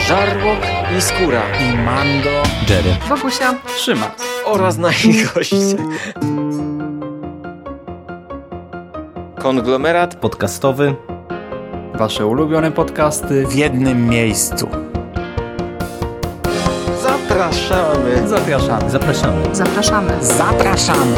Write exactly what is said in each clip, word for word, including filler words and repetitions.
Żarłok i Skóra i Mando, Jerry, Wokusia, Szymas oraz nasi goście. Konglomerat podcastowy. Wasze ulubione podcasty w jednym miejscu. Zapraszamy. Zapraszamy. Zapraszamy. zapraszamy. Zapraszamy.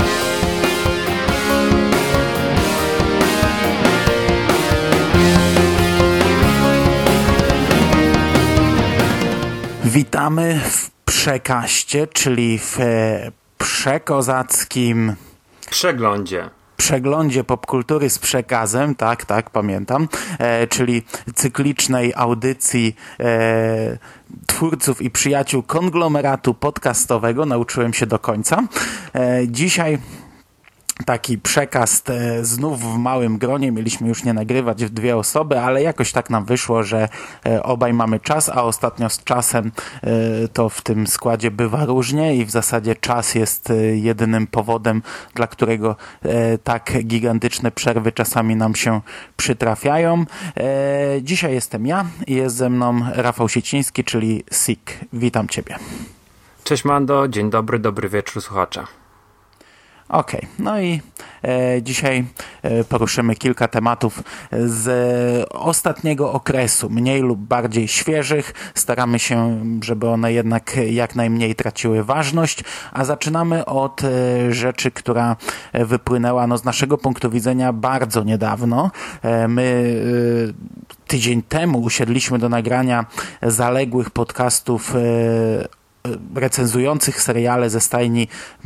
Witamy w Przekaście, czyli w e, przekozackim przeglądzie. przeglądzie popkultury z przekazem, tak, tak, pamiętam, e, czyli cyklicznej audycji e, twórców i przyjaciół konglomeratu podcastowego. Nauczyłem się do końca. E, dzisiaj taki przekaz e, znów w małym gronie. Mieliśmy już nie nagrywać w dwie osoby, ale jakoś tak nam wyszło, że e, obaj mamy czas, a ostatnio z czasem e, to w tym składzie bywa różnie i w zasadzie czas jest e, jedynym powodem, dla którego e, tak gigantyczne przerwy czasami nam się przytrafiają. E, dzisiaj jestem ja i jest ze mną Rafał Sieciński, czyli Sik. Witam Ciebie. Cześć Mando, dzień dobry, dobry wieczór słuchacza. Okej, okay. No i e, dzisiaj e, poruszymy kilka tematów z e, ostatniego okresu, mniej lub bardziej świeżych. Staramy się, żeby one jednak jak najmniej traciły ważność, a zaczynamy od e, rzeczy, która wypłynęła no, z naszego punktu widzenia bardzo niedawno. E, my e, tydzień temu usiedliśmy do nagrania zaległych podcastów e, recenzujących seriale ze stajni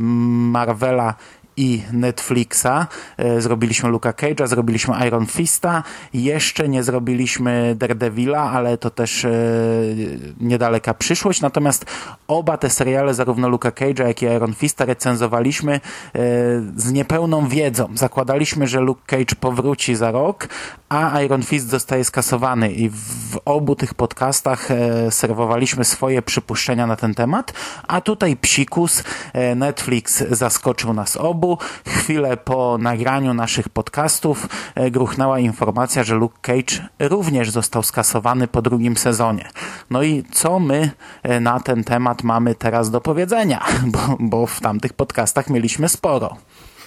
Marvela i Netflixa. Zrobiliśmy Luka Cage'a, zrobiliśmy Iron Fista, jeszcze nie zrobiliśmy Daredevila, ale to też e, niedaleka przyszłość. Natomiast oba te seriale, zarówno Luka Cage'a, jak i Iron Fista, recenzowaliśmy e, z niepełną wiedzą. Zakładaliśmy, że Luke Cage powróci za rok, a Iron Fist zostaje skasowany i w obu tych podcastach e, serwowaliśmy swoje przypuszczenia na ten temat, a tutaj psikus, e, Netflix zaskoczył nas obu. Chwilę po nagraniu naszych podcastów e, gruchnęła informacja, że Luke Cage również został skasowany po drugim sezonie. No i co my e, na ten temat mamy teraz do powiedzenia? Bo, bo w tamtych podcastach mieliśmy sporo.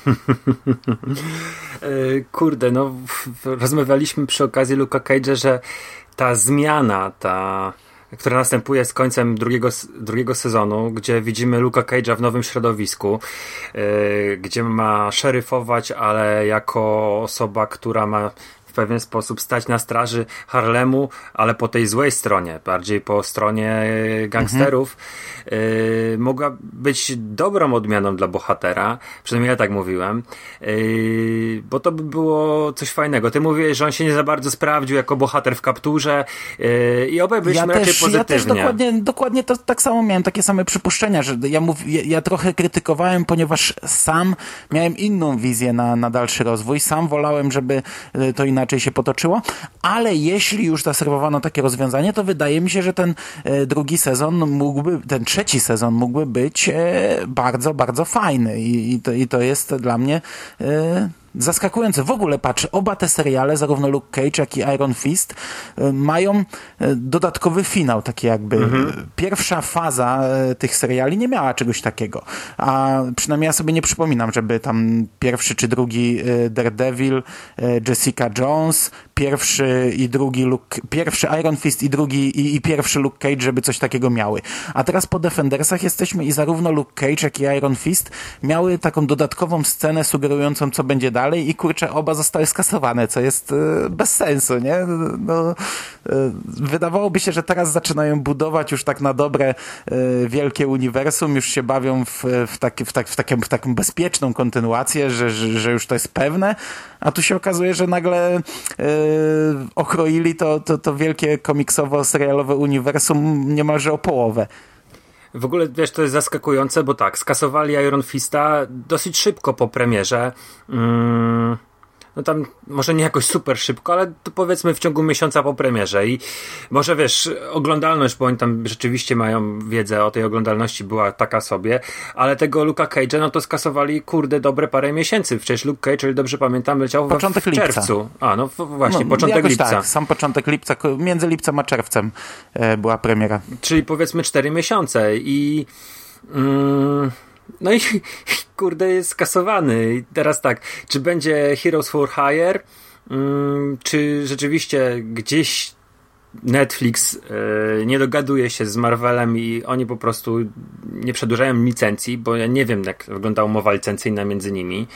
Kurde, no rozmawialiśmy przy okazji Luka Cage'a, że ta zmiana, ta która następuje z końcem drugiego, drugiego sezonu, gdzie widzimy Luka Cage'a w nowym środowisku, yy, gdzie ma szeryfować, ale jako osoba, która ma w pewien sposób stać na straży Harlemu, ale po tej złej stronie, bardziej po stronie gangsterów, mhm. yy, mogła być dobrą odmianą dla bohatera, przynajmniej ja tak mówiłem, yy, bo to by było coś fajnego. Ty mówiłeś, że on się nie za bardzo sprawdził jako bohater w kapturze yy, i obaj byliśmy ja raczej też, pozytywnie. Ja też dokładnie, dokładnie to, tak samo miałem takie same przypuszczenia, że ja, mów, ja, ja trochę krytykowałem, ponieważ sam miałem inną wizję na, na dalszy rozwój. Sam wolałem, żeby to inaczej się potoczyło, ale jeśli już zaserwowano takie rozwiązanie, to wydaje mi się, że ten e, drugi sezon mógłby, ten trzeci sezon mógłby być e, bardzo, bardzo fajny i, i, to, i to jest dla mnie e, zaskakujące. W ogóle patrz, oba te seriale, zarówno Luke Cage, jak i Iron Fist, mają dodatkowy finał, taki jakby. Mhm. Pierwsza faza tych seriali nie miała czegoś takiego. A przynajmniej ja sobie nie przypominam, żeby tam pierwszy czy drugi Daredevil, Jessica Jones, pierwszy i drugi Luke, pierwszy Iron Fist i drugi i, i pierwszy Luke Cage, żeby coś takiego miały. A teraz po Defendersach jesteśmy i zarówno Luke Cage, jak i Iron Fist miały taką dodatkową scenę sugerującą, co będzie dalej i kurczę, oba zostały skasowane, co jest y, bez sensu, nie? No, y, wydawałoby się, że teraz zaczynają budować już tak na dobre y, wielkie uniwersum, już się bawią w, w, taki, w, tak, w, taką, w taką bezpieczną kontynuację, że, że, że już to jest pewne, a tu się okazuje, że nagle y, okroili to, to, to wielkie komiksowo-serialowe uniwersum niemalże o połowę. W ogóle, wiesz, to jest zaskakujące, bo tak, skasowali Iron Fista dosyć szybko po premierze. Mm, no tam może nie jakoś super szybko, ale to powiedzmy w ciągu miesiąca po premierze i może wiesz, oglądalność, bo oni tam rzeczywiście mają wiedzę o tej oglądalności była taka sobie, ale tego Luka Cage'a no to skasowali kurde dobre parę miesięcy. Przecież Luke Cage, jeżeli dobrze pamiętam, leciał początek w lipca. czerwcu. A, no właśnie, no, początek lipca. Tak, sam początek lipca, między lipcem a czerwcem e, była premiera. Czyli powiedzmy cztery miesiące i mm, no i kurde jest skasowany. I teraz tak, czy będzie Heroes for Hire, mm, czy rzeczywiście gdzieś Netflix e, nie dogaduje się z Marvelem i oni po prostu nie przedłużają licencji, bo ja nie wiem, jak wygląda umowa licencyjna między nimi.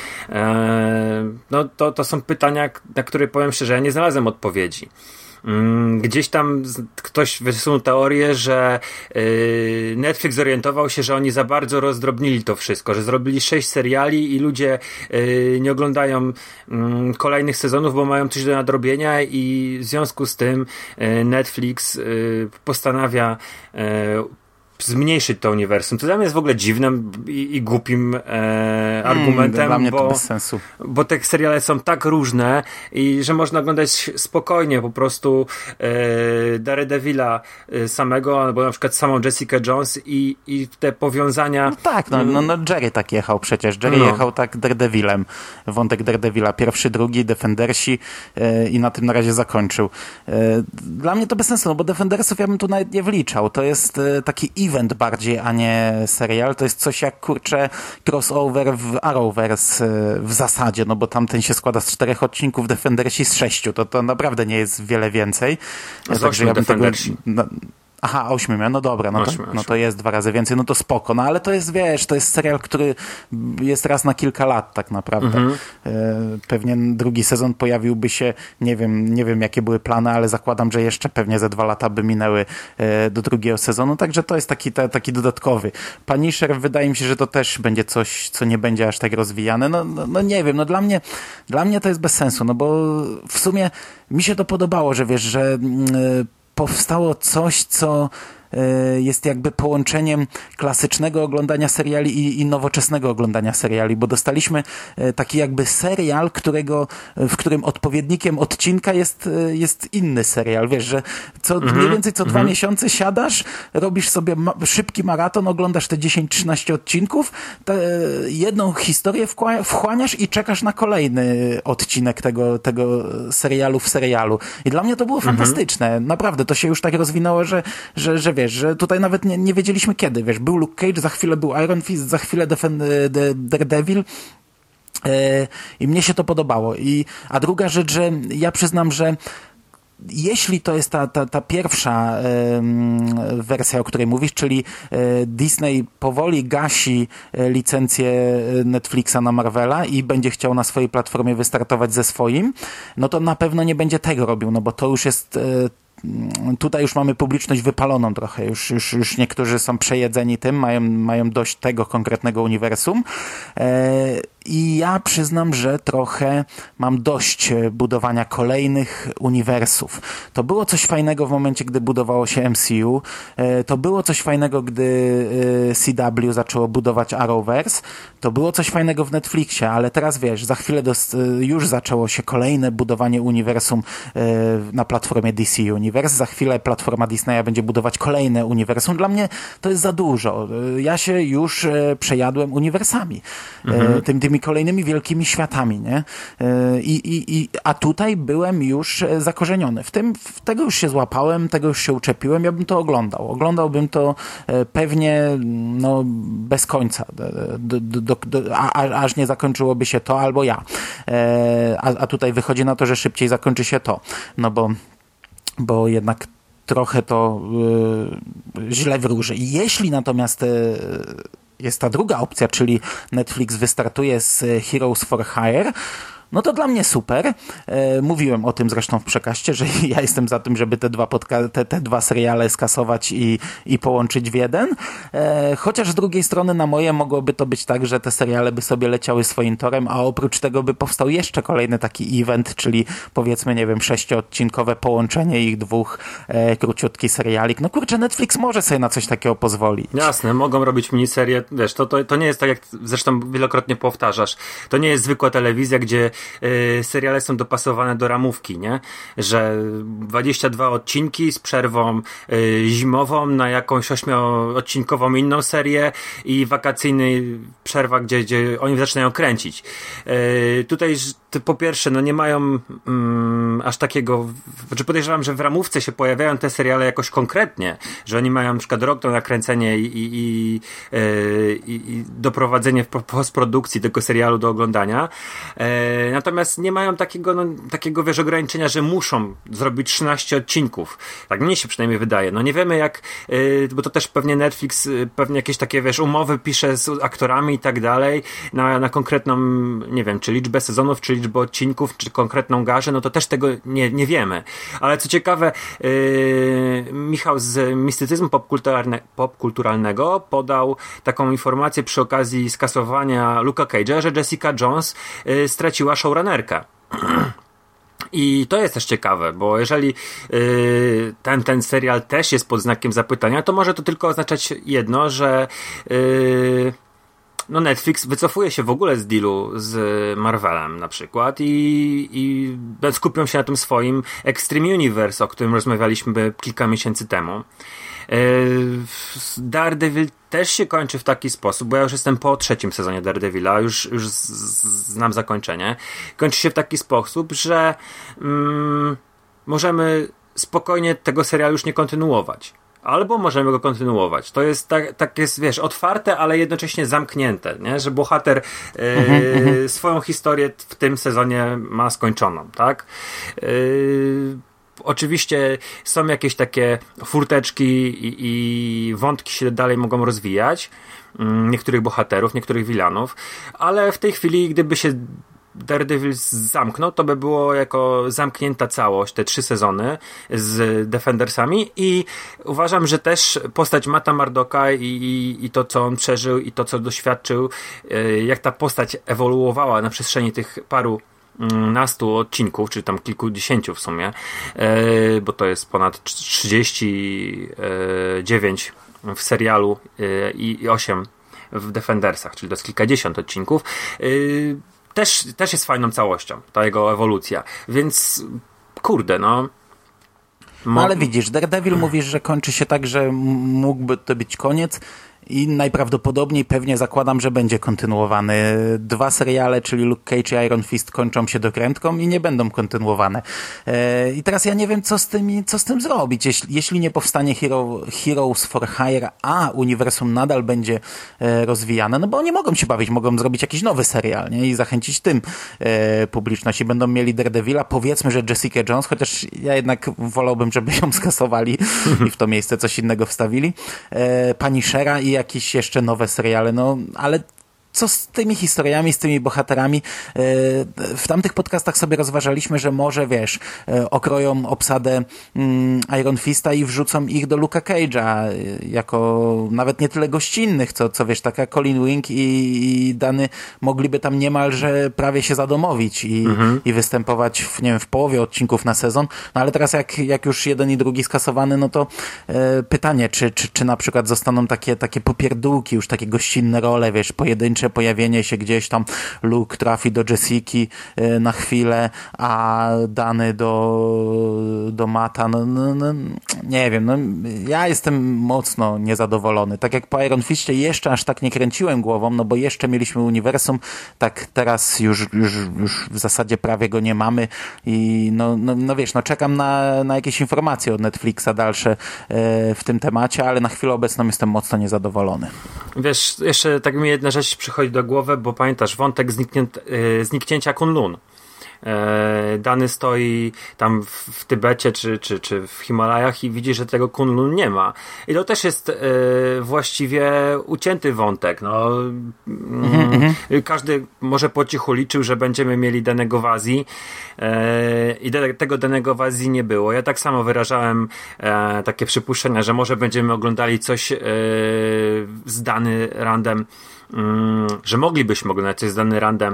E, no to, to są pytania, na które powiem szczerze, ja nie znalazłem odpowiedzi. Gdzieś tam ktoś wysunął teorię, że yy, Netflix zorientował się, że oni za bardzo rozdrobnili to wszystko, że zrobili sześć seriali i ludzie yy, nie oglądają yy, kolejnych sezonów, bo mają coś do nadrobienia i w związku z tym yy, Netflix yy, postanawia yy, zmniejszyć to uniwersum. To dla mnie jest w ogóle dziwnym i, i głupim e, argumentem, mm, dla mnie bo, to bez sensu. Bo te seriale są tak różne i że można oglądać spokojnie po prostu e, Daredevila samego, albo na przykład samą Jessica Jones i, i te powiązania. No tak, no, no, no Jerry tak jechał przecież. Jerry no. jechał tak Daredevilem. Wątek Daredevila. Pierwszy, drugi, Defendersi e, i na tym na razie zakończył. E, dla mnie to bez sensu, no bo Defendersów ja bym tu nawet nie wliczał. To jest e, taki event bardziej, a nie serial. To jest coś jak, kurczę, crossover w Arrowverse w zasadzie, no bo tamten się składa z czterech odcinków, Defendersi z sześciu. To, to naprawdę nie jest wiele więcej. Z ośmiu ja Defendersi. Tego, no, aha, ośmiu miał, no dobra, no to, ośmiu, no to jest dwa razy więcej, no to spoko, no ale to jest, wiesz, to jest serial, który jest raz na kilka lat tak naprawdę. Mhm. Pewnie drugi sezon pojawiłby się, nie wiem, nie wiem jakie były plany, ale zakładam, że jeszcze pewnie ze dwa lata by minęły do drugiego sezonu, także to jest taki, taki dodatkowy. Punisher, wydaje mi się, że to też będzie coś, co nie będzie aż tak rozwijane, no, no, no nie wiem, no dla mnie, dla mnie to jest bez sensu, no bo w sumie mi się to podobało, że wiesz, że yy, powstało coś, co jest jakby połączeniem klasycznego oglądania seriali i, i nowoczesnego oglądania seriali, bo dostaliśmy taki jakby serial, którego, w którym odpowiednikiem odcinka jest, jest inny serial. Wiesz, że co, mm-hmm. mniej więcej co mm-hmm. dwa miesiące siadasz, robisz sobie ma- szybki maraton, oglądasz te dziesięć trzynaście odcinków, te, jedną historię wkła- wchłaniasz i czekasz na kolejny odcinek tego, tego serialu w serialu. I dla mnie to było mm-hmm. fantastyczne. Naprawdę, to się już tak rozwinęło, że, że, że wiesz, że tutaj nawet nie, nie wiedzieliśmy kiedy, wiesz, był Luke Cage, za chwilę był Iron Fist, za chwilę Defend, de, Daredevil yy, i mnie się to podobało. I, a druga rzecz, że ja przyznam, że jeśli to jest ta, ta, ta pierwsza y, wersja, o której mówisz, czyli y, Disney powoli gasi y, licencję Netflixa na Marvela i będzie chciał na swojej platformie wystartować ze swoim, no to na pewno nie będzie tego robił, no bo to już jest y, tutaj już mamy publiczność wypaloną trochę, już, już, już niektórzy są przejedzeni tym, mają, mają dość tego konkretnego uniwersum e, i ja przyznam, że trochę mam dość budowania kolejnych uniwersów. To było coś fajnego w momencie, gdy budowało się M C U, e, to było coś fajnego, gdy e, C W zaczęło budować Arrowverse, to było coś fajnego w Netflixie, ale teraz wiesz, za chwilę dos- już zaczęło się kolejne budowanie uniwersum e, na platformie D C Universe. Za chwilę platforma Disneya będzie budować kolejne uniwersum. Dla mnie to jest za dużo. Ja się już e, przejadłem uniwersami. Mhm. E, tym, tymi kolejnymi wielkimi światami, nie? E, i, i, a tutaj byłem już zakorzeniony. W tym, w tego już się złapałem, tego już się uczepiłem. Ja bym to oglądał. Oglądałbym to e, pewnie no, bez końca. Do, do, do, do, a, aż nie zakończyłoby się to albo ja. E, a, a tutaj wychodzi na to, że szybciej zakończy się to. No bo bo jednak trochę to y, źle wróży. Jeśli natomiast y, jest ta druga opcja, czyli Netflix wystartuje z Heroes for Hire, no to dla mnie super. E, mówiłem o tym zresztą w przekaście, że ja jestem za tym, żeby te dwa, podca- te, te dwa seriale skasować i, i połączyć w jeden. E, chociaż z drugiej strony na moje mogłoby to być tak, że te seriale by sobie leciały swoim torem, a oprócz tego by powstał jeszcze kolejny taki event, czyli powiedzmy, nie wiem, sześcioodcinkowe połączenie ich dwóch e, króciutki serialik. No kurczę, Netflix może sobie na coś takiego pozwolić. Jasne, mogą robić miniserie, wiesz, to, to, to nie jest tak, jak zresztą wielokrotnie powtarzasz, to nie jest zwykła telewizja, gdzie y, seriale są dopasowane do ramówki, nie? Że dwadzieścia dwa odcinki z przerwą y, zimową na jakąś ośmioodcinkową inną serię i wakacyjny przerwa, gdzie, gdzie oni zaczynają kręcić. Y, tutaj po pierwsze, no nie mają mm, aż takiego, znaczy podejrzewam, że w ramówce się pojawiają te seriale jakoś konkretnie, że oni mają na przykład rok to nakręcenie i, i, i, i, i doprowadzenie w postprodukcji tego serialu do oglądania. E, natomiast nie mają takiego, no, takiego wiesz, ograniczenia, że muszą zrobić trzynaście odcinków. Tak mnie się przynajmniej wydaje. No nie wiemy jak, e, bo to też pewnie Netflix e, pewnie jakieś takie, wiesz, umowy pisze z aktorami i tak dalej, na, na konkretną, nie wiem, czy liczbę sezonów, czy liczbę odcinków, czy konkretną garzę, no to też tego nie, nie wiemy. Ale co ciekawe, yy, Michał z mistycyzmu popkulturalne, popkulturalnego podał taką informację przy okazji skasowania Luke'a Cage'a, że Jessica Jones yy, straciła showrunnerkę. I to jest też ciekawe, bo jeżeli yy, ten, ten serial też jest pod znakiem zapytania, to może to tylko oznaczać jedno, że yy, no Netflix wycofuje się w ogóle z dealu z Marvelem na przykład i, i skupią się na tym swoim Extreme Universe, o którym rozmawialiśmy kilka miesięcy temu. Daredevil też się kończy w taki sposób, bo ja już jestem po trzecim sezonie Daredevila, już, już z, z, znam zakończenie. Kończy się w taki sposób, że mm, możemy spokojnie tego serialu już nie kontynuować. Albo możemy go kontynuować. To jest tak, tak jest, wiesz, otwarte, ale jednocześnie zamknięte, nie? Że bohater yy, swoją historię w tym sezonie ma skończoną, tak? Yy, oczywiście są jakieś takie furteczki i, i wątki się dalej mogą rozwijać. Yy, niektórych bohaterów, niektórych wilanów, ale w tej chwili, gdyby się Daredevil zamknął, to by było jako zamknięta całość, te trzy sezony z Defendersami i uważam, że też postać Matta Murdocka i, i, i to, co on przeżył i to, co doświadczył, jak ta postać ewoluowała na przestrzeni tych paru nastu odcinków, czy tam kilkudziesięciu w sumie, bo to jest ponad trzydzieści dziewięć w serialu i osiem w Defendersach, czyli to jest kilkadziesiąt odcinków. Też, też jest fajną całością, ta jego ewolucja. Więc kurde, no. No ale widzisz, Daredevil mówisz, że kończy się tak, że mógłby to być koniec i najprawdopodobniej pewnie zakładam, że będzie kontynuowany. Dwa seriale, czyli Luke Cage i Iron Fist kończą się dokrętką i nie będą kontynuowane. E, I teraz ja nie wiem, co z tymi, co z tym zrobić. Jeśli, jeśli nie powstanie Hero, Heroes for Hire, a uniwersum nadal będzie e, rozwijane, no bo oni mogą się bawić, mogą zrobić jakiś nowy serial, nie? I zachęcić tym e, publiczność. I będą mieli Daredevila, powiedzmy, że Jessica Jones, chociaż ja jednak wolałbym, żeby ją skasowali i w to miejsce coś innego wstawili. E, Punishera i jakieś jeszcze nowe seriale, no ale co z tymi historiami, z tymi bohaterami? W tamtych podcastach sobie rozważaliśmy, że może, wiesz, okroją obsadę Iron Fista i wrzucą ich do Luke'a Cage'a jako nawet nie tyle gościnnych, co, co wiesz, taka Colin Wing i, i Dany mogliby tam niemalże prawie się zadomowić i, mhm. i występować w, nie wiem, w połowie odcinków na sezon. No ale teraz jak, jak już jeden i drugi skasowany, no to e, pytanie, czy, czy, czy na przykład zostaną takie, takie popierdółki, już takie gościnne role, wiesz, pojedyncze pojawienie się gdzieś tam, Luke trafi do Jessiki y, na chwilę, a Dany do, do Matta, no, no, no, nie wiem, no, ja jestem mocno niezadowolony. Tak jak po Iron Fistie jeszcze aż tak nie kręciłem głową, no bo jeszcze mieliśmy uniwersum, tak teraz już, już, już w zasadzie prawie go nie mamy i no, no, no wiesz, no czekam na, na jakieś informacje od Netflixa dalsze y, w tym temacie, ale na chwilę obecną jestem mocno niezadowolony. Wiesz, jeszcze tak mi jedna rzecz przychodzi do głowy, bo pamiętasz wątek zniknięt, yy, zniknięcia Kunlun. Yy, Dany stoi tam w, w Tybecie czy, czy, czy w Himalajach i widzi, że tego Kunlun nie ma. I to też jest yy, właściwie ucięty wątek. No, mm, yy, każdy może po cichu liczył, że będziemy mieli danego w Azji yy, i de, tego danego w Azji nie było. Ja tak samo wyrażałem yy, takie przypuszczenia, że może będziemy oglądali coś yy, z Dany Randem że moglibyśmy oglądać coś z Dan Randem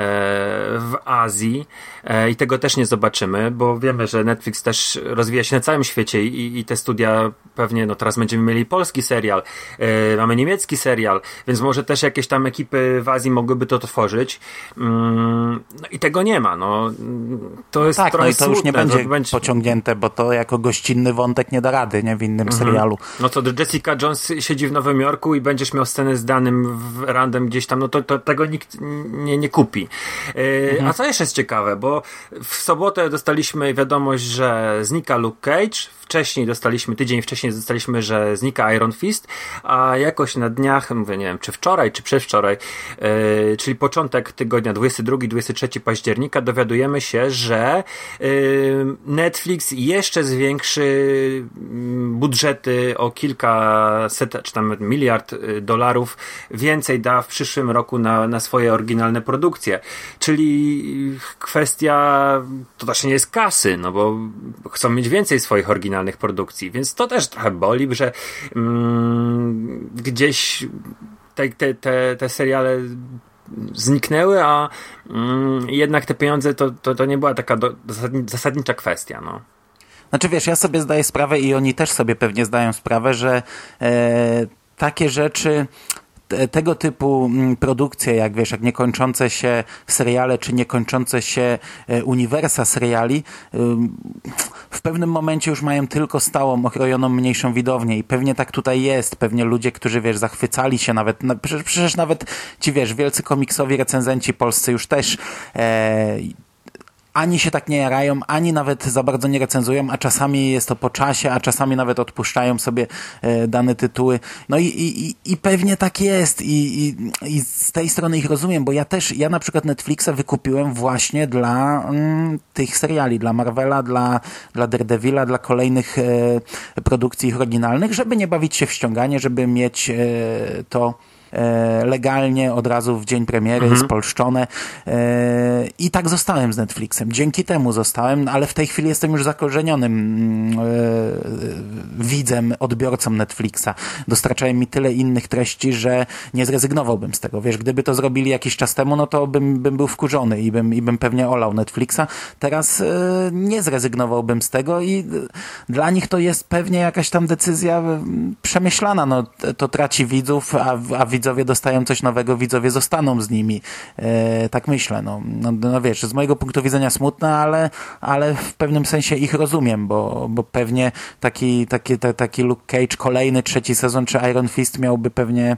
w Azji i tego też nie zobaczymy, bo wiemy, że Netflix też rozwija się na całym świecie i, i te studia pewnie, no teraz będziemy mieli polski serial, mamy niemiecki serial, więc może też jakieś tam ekipy w Azji mogłyby to tworzyć. No i tego nie ma. No, to jest tak, trochę no i to smutne. już nie będzie, to będzie pociągnięte, bo to jako gościnny wątek nie da rady, nie? W innym mhm. serialu. No to Jessica Jones siedzi w Nowym Jorku i będziesz miał scenę z Danym Randem gdzieś tam, no to, to tego nikt nie, nie kupi. Yy, mhm. A co jeszcze jest ciekawe, bo w sobotę dostaliśmy wiadomość, że znika Luke Cage, wcześniej dostaliśmy, tydzień wcześniej dostaliśmy, że znika Iron Fist, a jakoś na dniach, mówię, nie wiem, czy wczoraj, czy przedwczoraj, yy, czyli początek tygodnia dwudziestego drugiego do dwudziestego trzeciego października dowiadujemy się, że yy, Netflix jeszcze zwiększy budżety o kilkaset, czy tam miliard dolarów więcej da w przyszłym roku na, na swoje oryginalne produkcje. Czyli kwestia, to też nie jest kasy, no bo chcą mieć więcej swoich oryginalnych produkcji, więc to też trochę boli, że mm, gdzieś te, te, te, te seriale zniknęły, a mm, jednak te pieniądze to, to, to nie była taka do, zasadnicza kwestia, no. Znaczy wiesz, ja sobie zdaję sprawę i oni też sobie pewnie zdają sprawę, że e, takie rzeczy, te, tego typu produkcje, jak wiesz, jak niekończące się seriale, czy niekończące się e, uniwersa seriali, e, w pewnym momencie już mają tylko stałą, okrojoną, mniejszą widownię i pewnie tak tutaj jest. Pewnie ludzie, którzy wiesz, zachwycali się nawet, na, przecież, przecież nawet ci wiesz, wielcy komiksowi recenzenci polscy już też e, ani się tak nie jarają, ani nawet za bardzo nie recenzują, a czasami jest to po czasie, a czasami nawet odpuszczają sobie e, dane tytuły. No i, i, i pewnie tak jest I, i, i z tej strony ich rozumiem, bo ja też, ja na przykład Netflixa wykupiłem właśnie dla mm, tych seriali, dla Marvela, dla, dla Daredevila, dla kolejnych e, produkcji ich oryginalnych, żeby nie bawić się w ściąganie, żeby mieć e, to legalnie od razu w dzień premiery, mhm. spolszczone i tak zostałem z Netflixem. Dzięki temu zostałem, ale w tej chwili jestem już zakorzenionym widzem, odbiorcą Netflixa. Dostarczają mi tyle innych treści, że nie zrezygnowałbym z tego. Wiesz, gdyby to zrobili jakiś czas temu, no to bym, bym był wkurzony i bym, i bym pewnie olał Netflixa. Teraz nie zrezygnowałbym z tego i dla nich to jest pewnie jakaś tam decyzja przemyślana. No, to traci widzów, a, a widzowie dostają coś nowego, widzowie zostaną z nimi. E, tak myślę. No. No, no wiesz, z mojego punktu widzenia smutne, ale, ale w pewnym sensie ich rozumiem, bo, bo pewnie taki, taki, ta, taki Luke Cage, kolejny trzeci sezon, czy Iron Fist miałby pewnie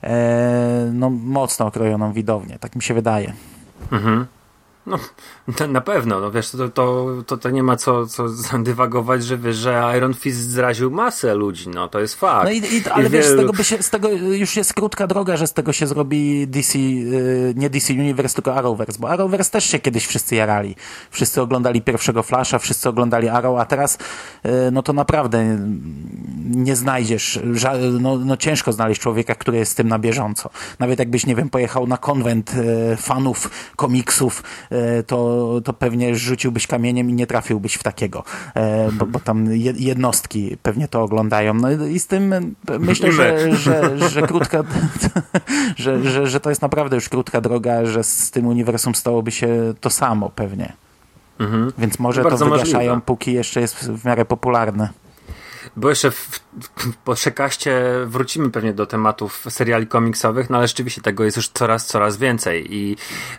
e, no, mocno okrojoną widownię. Tak mi się wydaje. Mhm. No, na pewno, no wiesz, to, to, to, to nie ma co, co dywagować, że wiesz, że Iron Fist zraził masę ludzi, no to jest fakt. No i, i, ale I wiesz, wielu... z, tego by się, z tego już jest krótka droga, że z tego się zrobi D C, nie D C Universe, tylko Arrowverse, bo Arrowverse też się kiedyś wszyscy jarali. Wszyscy oglądali pierwszego Flasha, wszyscy oglądali Arrow, a teraz no to naprawdę nie znajdziesz, no, no ciężko znaleźć człowieka, który jest z tym na bieżąco. Nawet jakbyś, nie wiem, pojechał na konwent fanów komiksów, to, to pewnie rzuciłbyś kamieniem i nie trafiłbyś w takiego, bo, bo tam jednostki pewnie to oglądają. No i z tym myślę, że, że, że krótka że, że, że to jest naprawdę już krótka droga, że z tym uniwersum stałoby się to samo pewnie. Mhm. Więc może to wygaszają, możliwe. Póki jeszcze jest w miarę popularne. Bo jeszcze w, w, po Shekaście wrócimy pewnie do tematów seriali komiksowych, no ale rzeczywiście tego jest już coraz, coraz więcej i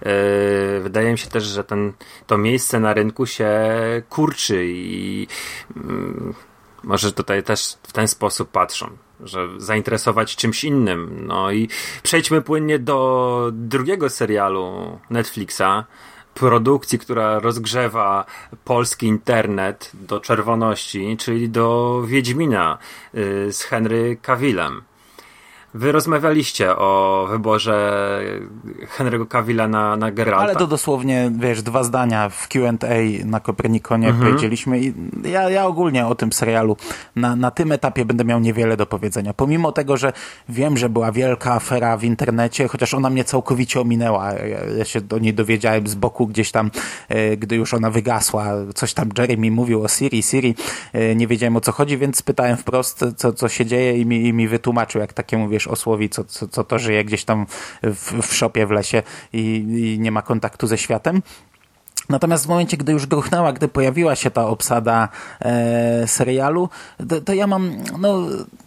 yy, wydaje mi się też, że ten, to miejsce na rynku się kurczy i yy, może tutaj też w ten sposób patrzą, że zainteresować czymś innym. No i przejdźmy płynnie do drugiego serialu Netflixa, produkcji, która rozgrzewa polski internet do czerwoności, czyli do Wiedźmina y, z Henry Cavillem. Wy rozmawialiście o wyborze Henry'ego Cavilla na, na Geralta. Ale to dosłownie, wiesz, dwa zdania w Q and A na Kopernikonie mhm. powiedzieliśmy i ja, ja ogólnie o tym serialu na, na tym etapie będę miał niewiele do powiedzenia. Pomimo tego, że wiem, że była wielka afera w internecie, chociaż ona mnie całkowicie ominęła. Ja, ja się do niej dowiedziałem z boku gdzieś tam, e, gdy już ona wygasła. Coś tam Jeremy mówił o Siri, Siri. E, nie wiedziałem, o co chodzi, więc pytałem wprost, co, co się dzieje i mi, i mi wytłumaczył, jak takiemu, wiesz, powiesz osłowi, co, co, co to żyje gdzieś tam w, w szopie w lesie i, i nie ma kontaktu ze światem. Natomiast w momencie, gdy już gruchnęła, gdy pojawiła się ta obsada e, serialu, to, to ja mam no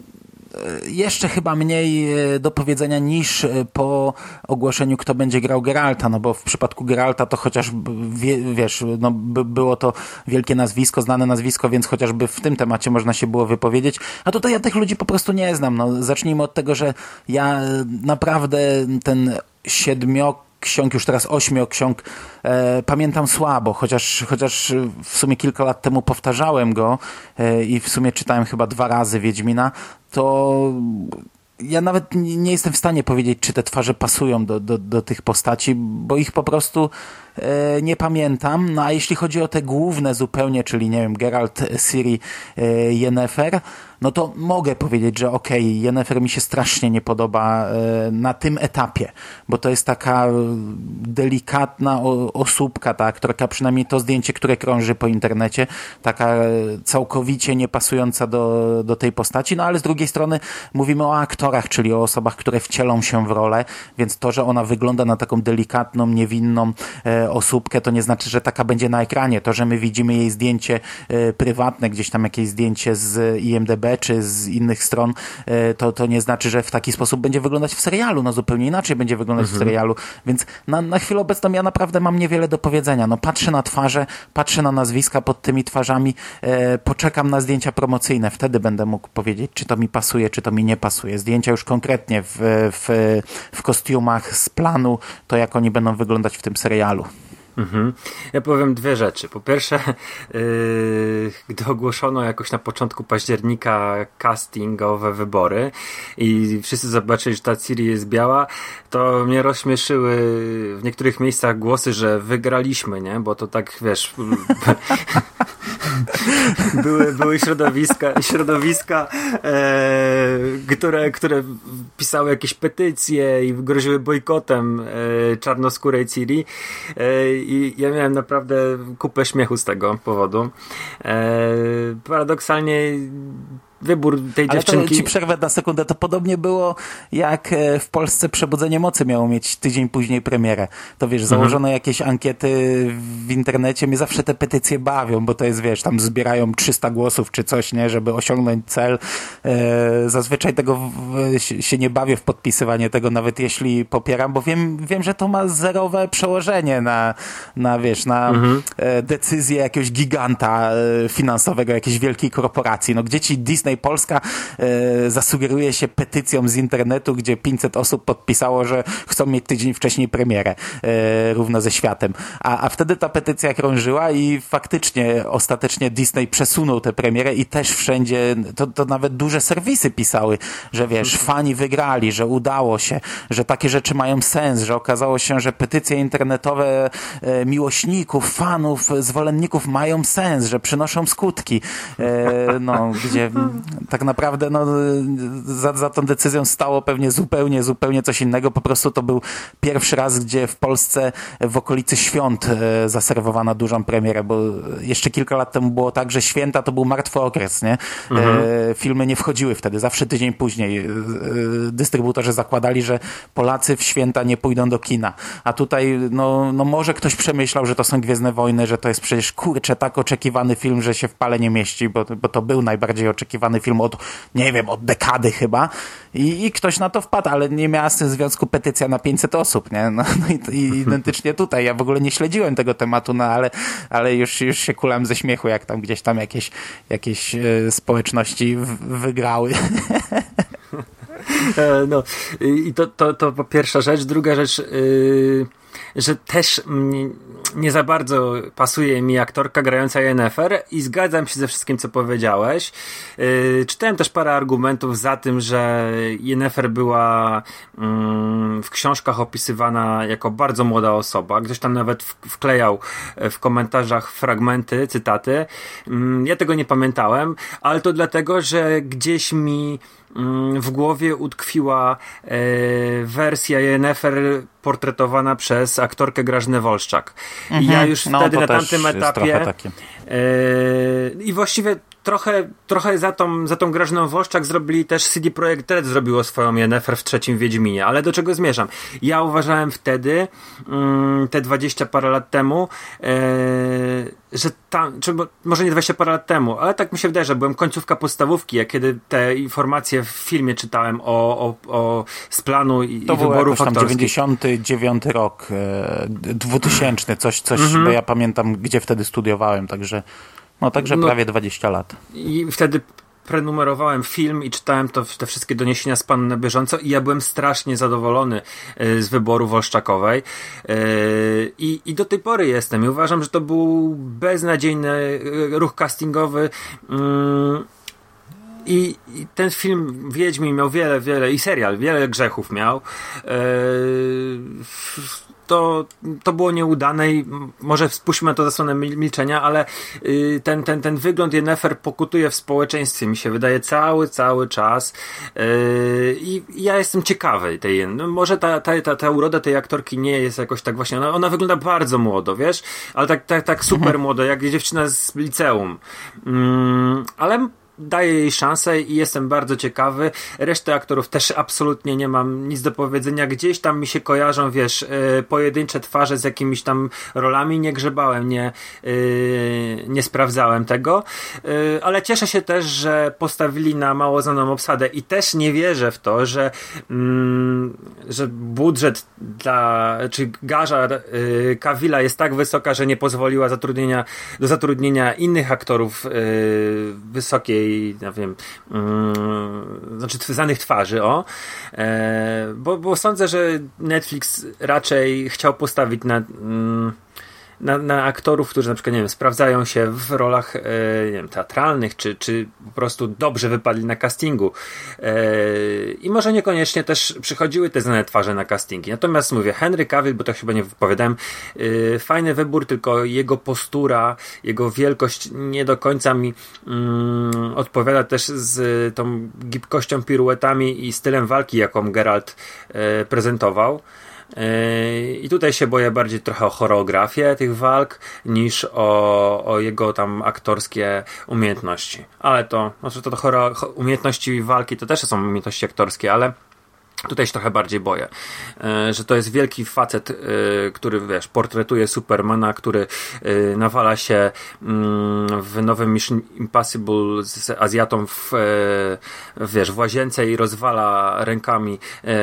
jeszcze chyba mniej do powiedzenia niż po ogłoszeniu, kto będzie grał Geralta, no bo w przypadku Geralta to chociaż wie, wiesz, no by, było to wielkie nazwisko, znane nazwisko, więc chociażby w tym temacie można się było wypowiedzieć, a tutaj ja tych ludzi po prostu nie znam. No, zacznijmy od tego, że ja naprawdę ten siedmiok ksiąg, już teraz ośmioksiąg, e, pamiętam słabo, chociaż, chociaż w sumie kilka lat temu powtarzałem go e, i w sumie czytałem chyba dwa razy Wiedźmina, to ja nawet nie jestem w stanie powiedzieć, czy te twarze pasują do, do, do tych postaci, bo ich po prostu e, nie pamiętam. No a jeśli chodzi o te główne zupełnie, czyli nie wiem, Geralt, Ciri, e, Yennefer, no to mogę powiedzieć, że okej, okay, Yennefer mi się strasznie nie podoba e, na tym etapie, bo to jest taka delikatna o, osóbka, ta aktorka, przynajmniej to zdjęcie, które krąży po internecie, taka całkowicie niepasująca do, do tej postaci, no ale z drugiej strony mówimy o aktorach, czyli o osobach, które wcielą się w rolę, więc to, że ona wygląda na taką delikatną, niewinną e, osóbkę, to nie znaczy, że taka będzie na ekranie. To, że my widzimy jej zdjęcie e, prywatne, gdzieś tam jakieś zdjęcie z I M D B czy z innych stron, to, to nie znaczy, że w taki sposób będzie wyglądać w serialu. No zupełnie inaczej będzie wyglądać mhm. w serialu. Więc na, na chwilę obecną ja naprawdę mam niewiele do powiedzenia. No patrzę na twarze, patrzę na nazwiska pod tymi twarzami, e, poczekam na zdjęcia promocyjne. Wtedy będę mógł powiedzieć, czy to mi pasuje, czy to mi nie pasuje. Zdjęcia już konkretnie w, w, w kostiumach z planu, to jak oni będą wyglądać w tym serialu. Mhm. Ja powiem dwie rzeczy. Po pierwsze, yy, gdy ogłoszono jakoś na początku października castingowe wybory i wszyscy zobaczyli, że ta Ciri jest biała, to mnie rozśmieszyły w niektórych miejscach głosy, że wygraliśmy, nie? Bo to tak, wiesz... były, były środowiska, środowiska e, które, które pisały jakieś petycje i groziły bojkotem e, czarnoskórej Ciri e, i ja miałem naprawdę kupę śmiechu z tego powodu. E, paradoksalnie wybór tej Ale dziewczynki... to ci przerwę na sekundę. To podobnie było jak w Polsce Przebudzenie Mocy miało mieć tydzień później premierę. To wiesz, założono mhm. jakieś ankiety w internecie. Mnie zawsze te petycje bawią, bo to jest, wiesz, tam zbierają trzysta głosów czy coś, nie, żeby osiągnąć cel. E, zazwyczaj tego w, się nie bawię w podpisywanie tego, nawet jeśli popieram, bo wiem, wiem, że to ma zerowe przełożenie na, na wiesz, na mhm. e, decyzję jakiegoś giganta e, finansowego, jakiejś wielkiej korporacji. No gdzie ci Disney Polska e, zasugeruje się petycją z internetu, gdzie pięćset osób podpisało, że chcą mieć tydzień wcześniej premierę e, równo ze światem. A, a wtedy ta petycja krążyła i faktycznie ostatecznie Disney przesunął tę premierę i też wszędzie, to, to nawet duże serwisy pisały, że wiesz, fani wygrali, że udało się, że takie rzeczy mają sens, że okazało się, że petycje internetowe e, miłośników, fanów, zwolenników mają sens, że przynoszą skutki. E, no, gdzie tak naprawdę no, za, za tą decyzją stało pewnie zupełnie, zupełnie coś innego. Po prostu to był pierwszy raz, gdzie w Polsce w okolicy świąt e, zaserwowano dużą premierę, bo jeszcze kilka lat temu było tak, że święta to był martwy okres, nie? Mhm. E, filmy nie wchodziły wtedy, zawsze tydzień później. E, dystrybutorzy zakładali, że Polacy w święta nie pójdą do kina. A tutaj, no, no może ktoś przemyślał, że to są Gwiezdne Wojny, że to jest przecież kurczę tak oczekiwany film, że się w pale nie mieści, bo, bo to był najbardziej oczekiwany film od, nie wiem, od dekady chyba i, i ktoś na to wpadł, ale nie miała z tym związku petycja na pięćset osób, nie? No, no i, i identycznie tutaj. Ja w ogóle nie śledziłem tego tematu, no ale, ale już, już się kulam ze śmiechu, jak tam gdzieś tam jakieś, jakieś e, społeczności w, wygrały. No i to, to, to pierwsza rzecz. Druga rzecz, yy, że też nie, nie za bardzo pasuje mi aktorka grająca Yennefer i zgadzam się ze wszystkim, co powiedziałeś. Yy, czytałem też parę argumentów za tym, że Yennefer była yy, w książkach opisywana jako bardzo młoda osoba. Ktoś tam nawet w, wklejał w komentarzach fragmenty, cytaty. Yy, ja tego nie pamiętałem, ale to dlatego, że gdzieś mi w głowie utkwiła e, wersja Yennefer portretowana przez aktorkę Grażynę Wolszczak. Mhm. I ja już no, wtedy na tamtym etapie Yy, I właściwie trochę, trochę za tą, za tą Grażyną Wolszczak zrobili też C D Projekt Red zrobiło swoją Yennefer w trzecim Wiedźminie, ale do czego zmierzam? Ja uważałem wtedy, mm, te dwadzieścia parę lat temu, yy, że tam, czy może nie dwadzieścia parę lat temu, ale tak mi się wydaje, że byłem końcówka podstawówki, jak kiedy te informacje w filmie czytałem o, o, o z planu i, to i był wyborów tam aktorskich. dziewięćdziesiąty dziewiąty rok, e, dwutysięczny, coś, coś Mhm. bo ja pamiętam, gdzie wtedy studiowałem, także no także No, prawie dwadzieścia lat. I wtedy prenumerowałem film i czytałem to, te wszystkie doniesienia z planu na bieżąco i ja byłem strasznie zadowolony y, z wyboru Wolszczakowej y, i, i do tej pory jestem i uważam, że to był beznadziejny y, ruch castingowy. y, I, I ten film Wiedźmin miał wiele, wiele i serial, wiele grzechów miał. Yy, to, to było nieudane i może spuśćmy na to zasłonę milczenia, ale yy, ten, ten, ten wygląd Yennefer pokutuje w społeczeństwie, mi się wydaje, cały, cały czas. Yy, I ja jestem ciekawy tej no, może ta, ta, ta, ta uroda tej aktorki nie jest jakoś tak właśnie, ona, ona wygląda bardzo młodo, wiesz, ale tak, tak, tak super młodo, jak dziewczyna z liceum. Yy, ale daję jej szansę i jestem bardzo ciekawy. Resztę aktorów też absolutnie nie mam nic do powiedzenia. Gdzieś tam mi się kojarzą, wiesz, yy, pojedyncze twarze z jakimiś tam rolami. Nie grzebałem, nie, yy, nie sprawdzałem tego. Yy, ale cieszę się też, że postawili na mało znaną obsadę i też nie wierzę w to, że, yy, że budżet dla, czy garza yy, Cavilla jest tak wysoka, że nie pozwoliła zatrudnienia, do zatrudnienia innych aktorów yy, wysokiej i ja wiem, mm, znaczy znanych twarzy, o, e, bo, bo sądzę, że Netflix raczej chciał postawić na, mm, na, na aktorów, którzy na przykład, nie wiem, sprawdzają się w rolach, e, nie wiem, teatralnych, czy, czy po prostu dobrze wypadli na castingu. E, I może niekoniecznie też przychodziły te znane twarze na castingi. Natomiast mówię, Henry Cavill, bo to chyba nie wypowiadałem, e, fajny wybór, tylko jego postura, jego wielkość nie do końca mi mm, odpowiada też z tą gibkością, piruetami i stylem walki, jaką Geralt e, prezentował. I tutaj się boję bardziej trochę o choreografię tych walk niż o, o jego tam aktorskie umiejętności. Ale to, znaczy to, to choreo, umiejętności walki to też są umiejętności aktorskie, ale tutaj się trochę bardziej boję, że to jest wielki facet, który, wiesz, portretuje Supermana, który nawala się w nowym Mission Impossible z Azjatą w, wiesz, w łazience i rozwala rękami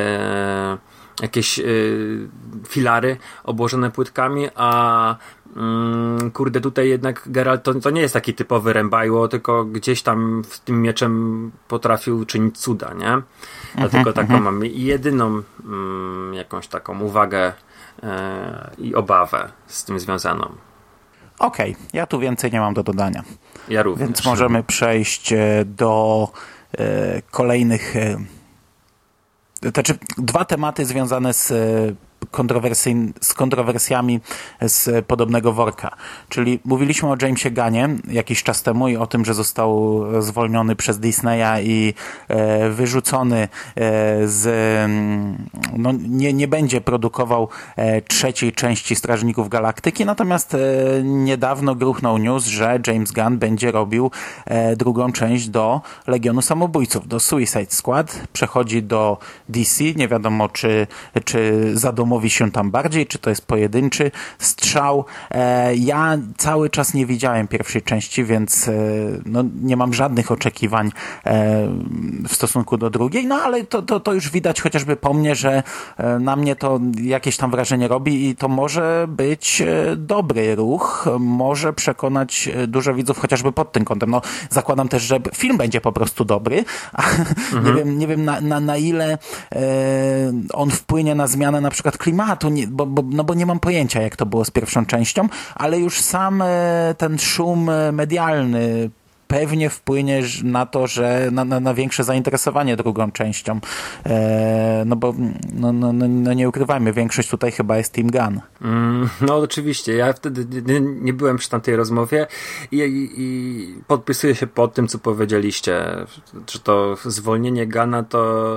jakieś y, filary obłożone płytkami, a mm, kurde, tutaj jednak Geralt to, to nie jest taki typowy rębajło, tylko gdzieś tam w tym mieczem potrafił czynić cuda, nie? Dlatego taką mam jedyną mm, jakąś taką uwagę y, i obawę z tym związaną. Okej, okay, ja tu więcej nie mam do dodania. Ja również. Więc możemy przejść do e, kolejnych e, Znaczy, dwa tematy związane z, kontrowersji, z kontrowersjami z podobnego worka. Czyli mówiliśmy o Jamesie Gunnie jakiś czas temu i o tym, że został zwolniony przez Disneya i e, wyrzucony e, z... No, nie, nie będzie produkował e, trzeciej części Strażników Galaktyki, natomiast e, niedawno gruchnął news, że James Gunn będzie robił e, drugą część do Legionu Samobójców, do Suicide Squad. Przechodzi do D C. Nie wiadomo, czy, czy zadomowi się tam bardziej, czy to jest pojedynczy strzał. E, ja cały czas nie widziałem pierwszej części, więc e, no, nie mam żadnych oczekiwań e, w stosunku do drugiej, no ale to, to, to już widać chociażby po mnie, że e, na mnie to jakieś tam wrażenie robi i to może być e, dobry ruch, może przekonać dużo widzów chociażby pod tym kątem. No, zakładam też, że film będzie po prostu dobry, a mhm. nie wiem, nie wiem na, na, na ile e, on wpłynie na zmianę na przykład klimatu, nie, bo, bo, no bo nie mam pojęcia, jak to było z pierwszą częścią, ale już sam e, ten szum medialny pewnie wpłynie na to, że na, na, na większe zainteresowanie drugą częścią. E, no bo no, no, no, no nie ukrywajmy, większość tutaj chyba jest Team Gunn. Mm, no oczywiście, ja wtedy nie, nie byłem przy tamtej rozmowie i, i, i podpisuję się pod tym, co powiedzieliście, że to zwolnienie Gunna to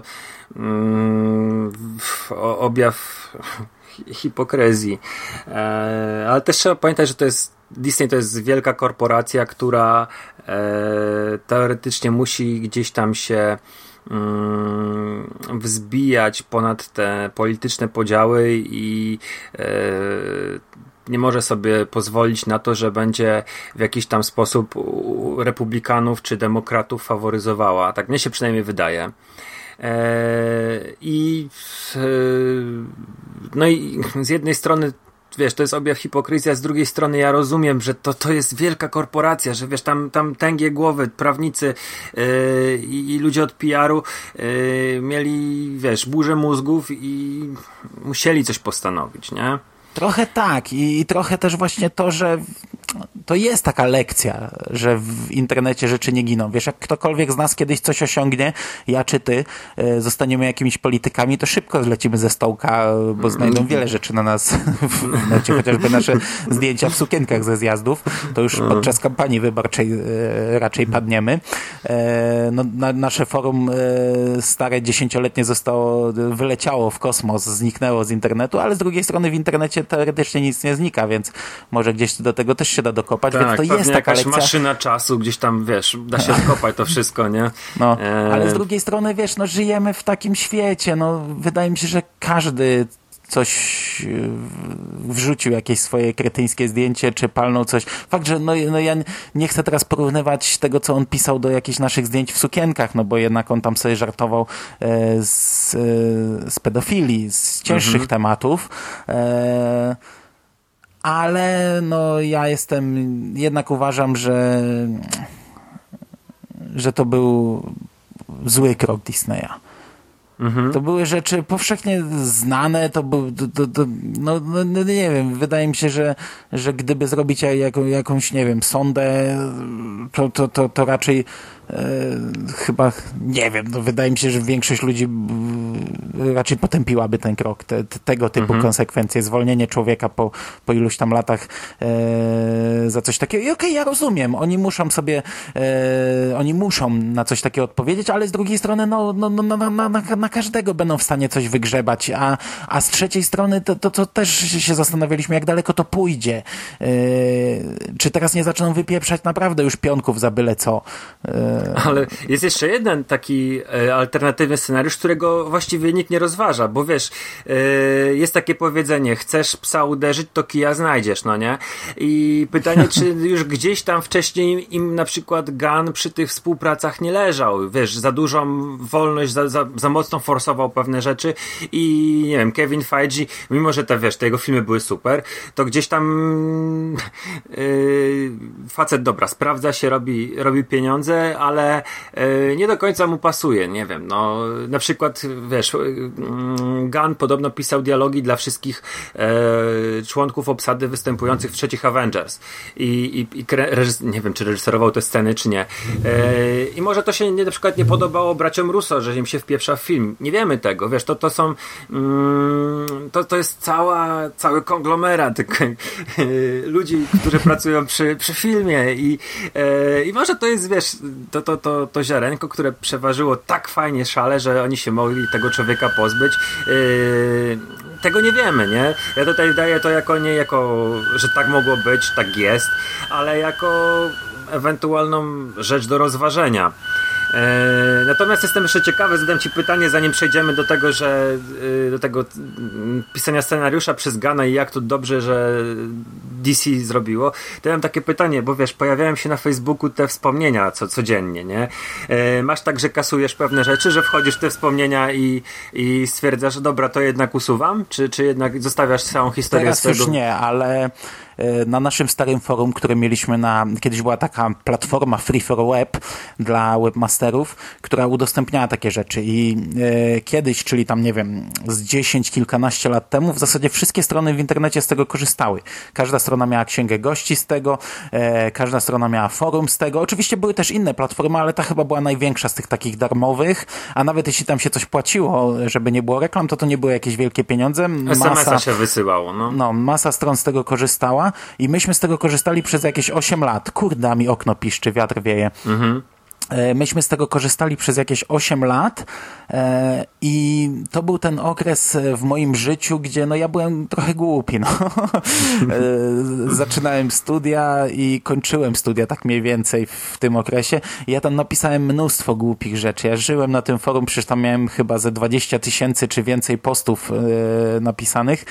mm, objaw hipokryzji. E, ale też trzeba pamiętać, że to jest Disney to jest wielka korporacja, która e, teoretycznie musi gdzieś tam się mm, wzbijać ponad te polityczne podziały i e, nie może sobie pozwolić na to, że będzie w jakiś tam sposób republikanów czy demokratów faworyzowała. Tak mnie się przynajmniej wydaje. I no i z jednej strony wiesz, to jest objaw hipokryzji, a z drugiej strony ja rozumiem, że to, to jest wielka korporacja, że wiesz, tam, tam tęgie głowy, prawnicy yy, i, i ludzie od P R u yy, mieli, wiesz, burzę mózgów i musieli coś postanowić, nie? Trochę tak i, i trochę też właśnie to, że to jest taka lekcja, że w internecie rzeczy nie giną. Wiesz, jak ktokolwiek z nas kiedyś coś osiągnie, ja czy ty, e, zostaniemy jakimiś politykami, to szybko zlecimy ze stołka, bo znajdą wiele rzeczy na nas w necie, chociażby nasze zdjęcia w sukienkach ze zjazdów, to już podczas kampanii wyborczej e, raczej padniemy. E, no, na, nasze forum e, stare, dziesięcioletnie zostało, wyleciało w kosmos, zniknęło z internetu, ale z drugiej strony w internecie teoretycznie nic nie znika, więc może gdzieś do tego też się da dokopać, tak, więc to jest taka jakaś lekcja. Maszyna czasu, gdzieś tam, wiesz, da się odkopać to wszystko, nie? No, e... ale z drugiej strony, wiesz, no żyjemy w takim świecie, no wydaje mi się, że każdy coś wrzucił, jakieś swoje kretyńskie zdjęcie, czy palnął coś. Fakt, że no, no ja nie chcę teraz porównywać tego, co on pisał do jakichś naszych zdjęć w sukienkach, no bo jednak on tam sobie żartował e, z, e, z pedofilii, z cięższych mhm. tematów. E, ale no ja jestem, jednak uważam, że że to był zły krok Disneya. Mhm. To były rzeczy powszechnie znane, to był, to, to, to, no, no nie wiem, wydaje mi się, że, że gdyby zrobić jak, jakąś, nie wiem, sondę, to, to, to, to raczej e, chyba, nie wiem, no wydaje mi się, że większość ludzi raczej potępiłaby ten krok, te, te, tego typu mhm. konsekwencje, zwolnienie człowieka po, po iluś tam latach e, za coś takiego. I okej, okay, ja rozumiem, oni muszą sobie, e, oni muszą na coś takiego odpowiedzieć, ale z drugiej strony, no, no, no na, na, na, na każdego będą w stanie coś wygrzebać, a, a z trzeciej strony to, to, to też się zastanawialiśmy, jak daleko to pójdzie. Yy, czy teraz nie zaczną wypieprzać naprawdę już pionków za byle co. Yy. Ale jest jeszcze jeden taki e, alternatywny scenariusz, którego właściwie nikt nie rozważa, bo wiesz, e, jest takie powiedzenie, chcesz psa uderzyć, to kija znajdziesz, no nie? I pytanie, czy już gdzieś tam wcześniej im na przykład Gunn przy tych współpracach nie leżał, wiesz, za dużą wolność, za, za, za mocno forsował pewne rzeczy i nie wiem, Kevin Feige, mimo że te, wiesz, te jego filmy były super, to gdzieś tam yy, facet, dobra, sprawdza się, robi, robi pieniądze, ale yy, nie do końca mu pasuje, nie wiem, no na przykład, wiesz, yy, Gunn podobno pisał dialogi dla wszystkich yy, członków obsady występujących w trzecich Avengers i, i, i reżys- nie wiem, czy reżyserował te sceny, czy nie. Yy, I może to się nie, na przykład nie podobało braciom Russo, że im się wpieprza w film. Nie wiemy tego, wiesz, to, to są mm, to, to jest cała, cały konglomerat ludzi, którzy pracują przy, przy filmie i, e, i może to jest, wiesz, to, to, to, to ziarenko, które przeważyło tak fajnie szale, że oni się mogli tego człowieka pozbyć. E, tego nie wiemy, nie? Ja tutaj daję to jako nie jako, że tak mogło być, tak jest, ale jako ewentualną rzecz do rozważenia. E, natomiast jestem jeszcze ciekawy, zadam ci pytanie, zanim przejdziemy do tego, że e, do tego m, pisania scenariusza przez Gunna i jak to dobrze, że D C zrobiło, to ja mam takie pytanie, bo wiesz, pojawiają się na Facebooku te wspomnienia co, codziennie, nie? E, masz tak, że kasujesz pewne rzeczy, że wchodzisz w te wspomnienia i, i stwierdzasz, dobra, to jednak usuwam? Czy, czy jednak zostawiasz całą historię Teraz swojego... już nie, ale na naszym starym forum, które mieliśmy na, kiedyś była taka platforma Free for Web dla webmasterów, która udostępniała takie rzeczy i e, kiedyś, czyli tam nie wiem, z dziesięć, kilkanaście lat temu, w zasadzie wszystkie strony w internecie z tego korzystały. Każda strona miała księgę gości z tego, e, każda strona miała forum z tego. Oczywiście były też inne platformy, ale ta chyba była największa z tych takich darmowych, a nawet jeśli tam się coś płaciło, żeby nie było reklam, to to nie były jakieś wielkie pieniądze. Masa, es em es a się wysyłało, no. No, masa stron z tego korzystała i myśmy z tego korzystali przez jakieś osiem lat. Kurde, mi okno piszczy, wiatr wieje. Mhm. Myśmy z tego korzystali przez jakieś osiem lat e, i to był ten okres w moim życiu, gdzie no ja byłem trochę głupi. No. e, zaczynałem studia i kończyłem studia tak mniej więcej w tym okresie. I ja tam napisałem mnóstwo głupich rzeczy. Ja żyłem na tym forum, przecież tam miałem chyba ze dwadzieścia tysięcy czy więcej postów e, napisanych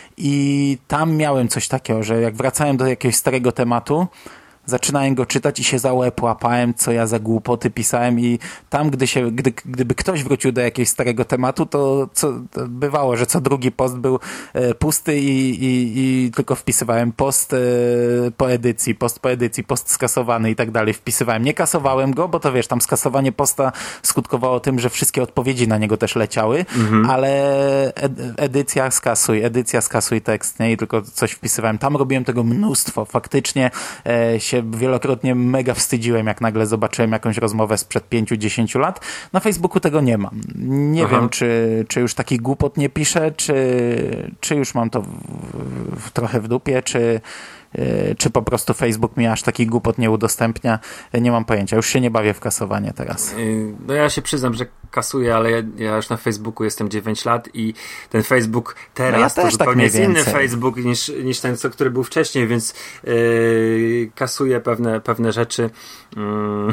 i tam miałem coś takiego, że jak wracałem do jakiegoś starego tematu, zaczynałem go czytać i się za łeb łapałem, co ja za głupoty pisałem i tam, gdy się, gdy, gdyby ktoś wrócił do jakiegoś starego tematu, to, co, to bywało, że co drugi post był e, pusty i, i, i tylko wpisywałem post e, po edycji, post po edycji, post skasowany i tak dalej. Wpisywałem. Nie kasowałem go, bo to wiesz, tam skasowanie posta skutkowało tym, że wszystkie odpowiedzi na niego też leciały, mhm. ale ed, edycja skasuj, edycja skasuj tekst, nie? I tylko coś wpisywałem. Tam robiłem tego mnóstwo. Faktycznie e, się wielokrotnie mega wstydziłem, jak nagle zobaczyłem jakąś rozmowę sprzed pięciu dziesięciu lat. Na Facebooku tego nie mam. Nie Aha. wiem, czy, czy już taki głupot nie piszę, czy, czy już mam to w, w, trochę w dupie, czy, czy po prostu Facebook mi aż taki głupot nie udostępnia. Nie mam pojęcia. Już się nie bawię w kasowanie teraz. No ja się przyznam, że kasuję, ale ja, ja już na Facebooku jestem dziewięć lat i ten Facebook teraz no ja to zupełnie tak jest inny Facebook niż, niż ten, co, który był wcześniej, więc yy, kasuję pewne, pewne rzeczy. Yy,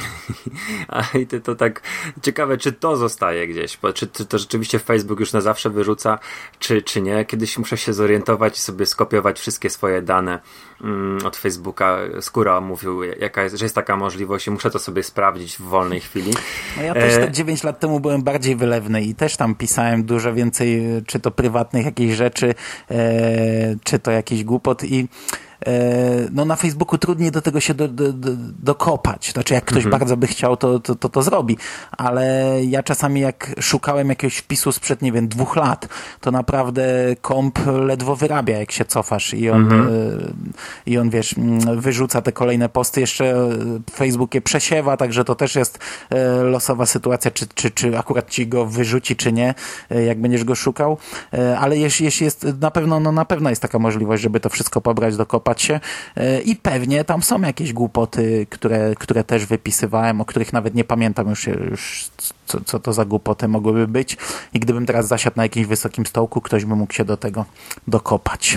a i to, to tak ciekawe, czy to zostaje gdzieś, bo czy, czy to rzeczywiście Facebook już na zawsze wyrzuca, czy, czy nie. Kiedyś muszę się zorientować i sobie skopiować wszystkie swoje dane yy, od Facebooka. Skóra mówił, jaka jest, że jest taka możliwość i muszę to sobie sprawdzić w wolnej chwili. No ja też te dziewięć lat temu byłem bardziej wylewny i też tam pisałem dużo więcej, czy to prywatnych jakichś rzeczy, e, czy to jakiś głupot i no na Facebooku trudniej do tego się do, do, do, dokopać. Znaczy jak ktoś mhm. bardzo by chciał, to, to, to to zrobi. Ale ja czasami jak szukałem jakiegoś wpisu sprzed, nie wiem, dwóch lat, to naprawdę komp ledwo wyrabia, jak się cofasz i on, mhm. y, i on wiesz, wyrzuca te kolejne posty. Jeszcze Facebook je przesiewa, także to też jest y, losowa sytuacja, czy, czy, czy akurat ci go wyrzuci, czy nie, y, jak będziesz go szukał. Y, ale jeśli, jeśli jest, na pewno, no na pewno jest taka możliwość, żeby to wszystko pobrać, dokopać się i pewnie tam są jakieś głupoty, które, które też wypisywałem, o których nawet nie pamiętam już, już co, co to za głupoty mogłyby być i gdybym teraz zasiadł na jakimś wysokim stołku, ktoś by mógł się do tego dokopać.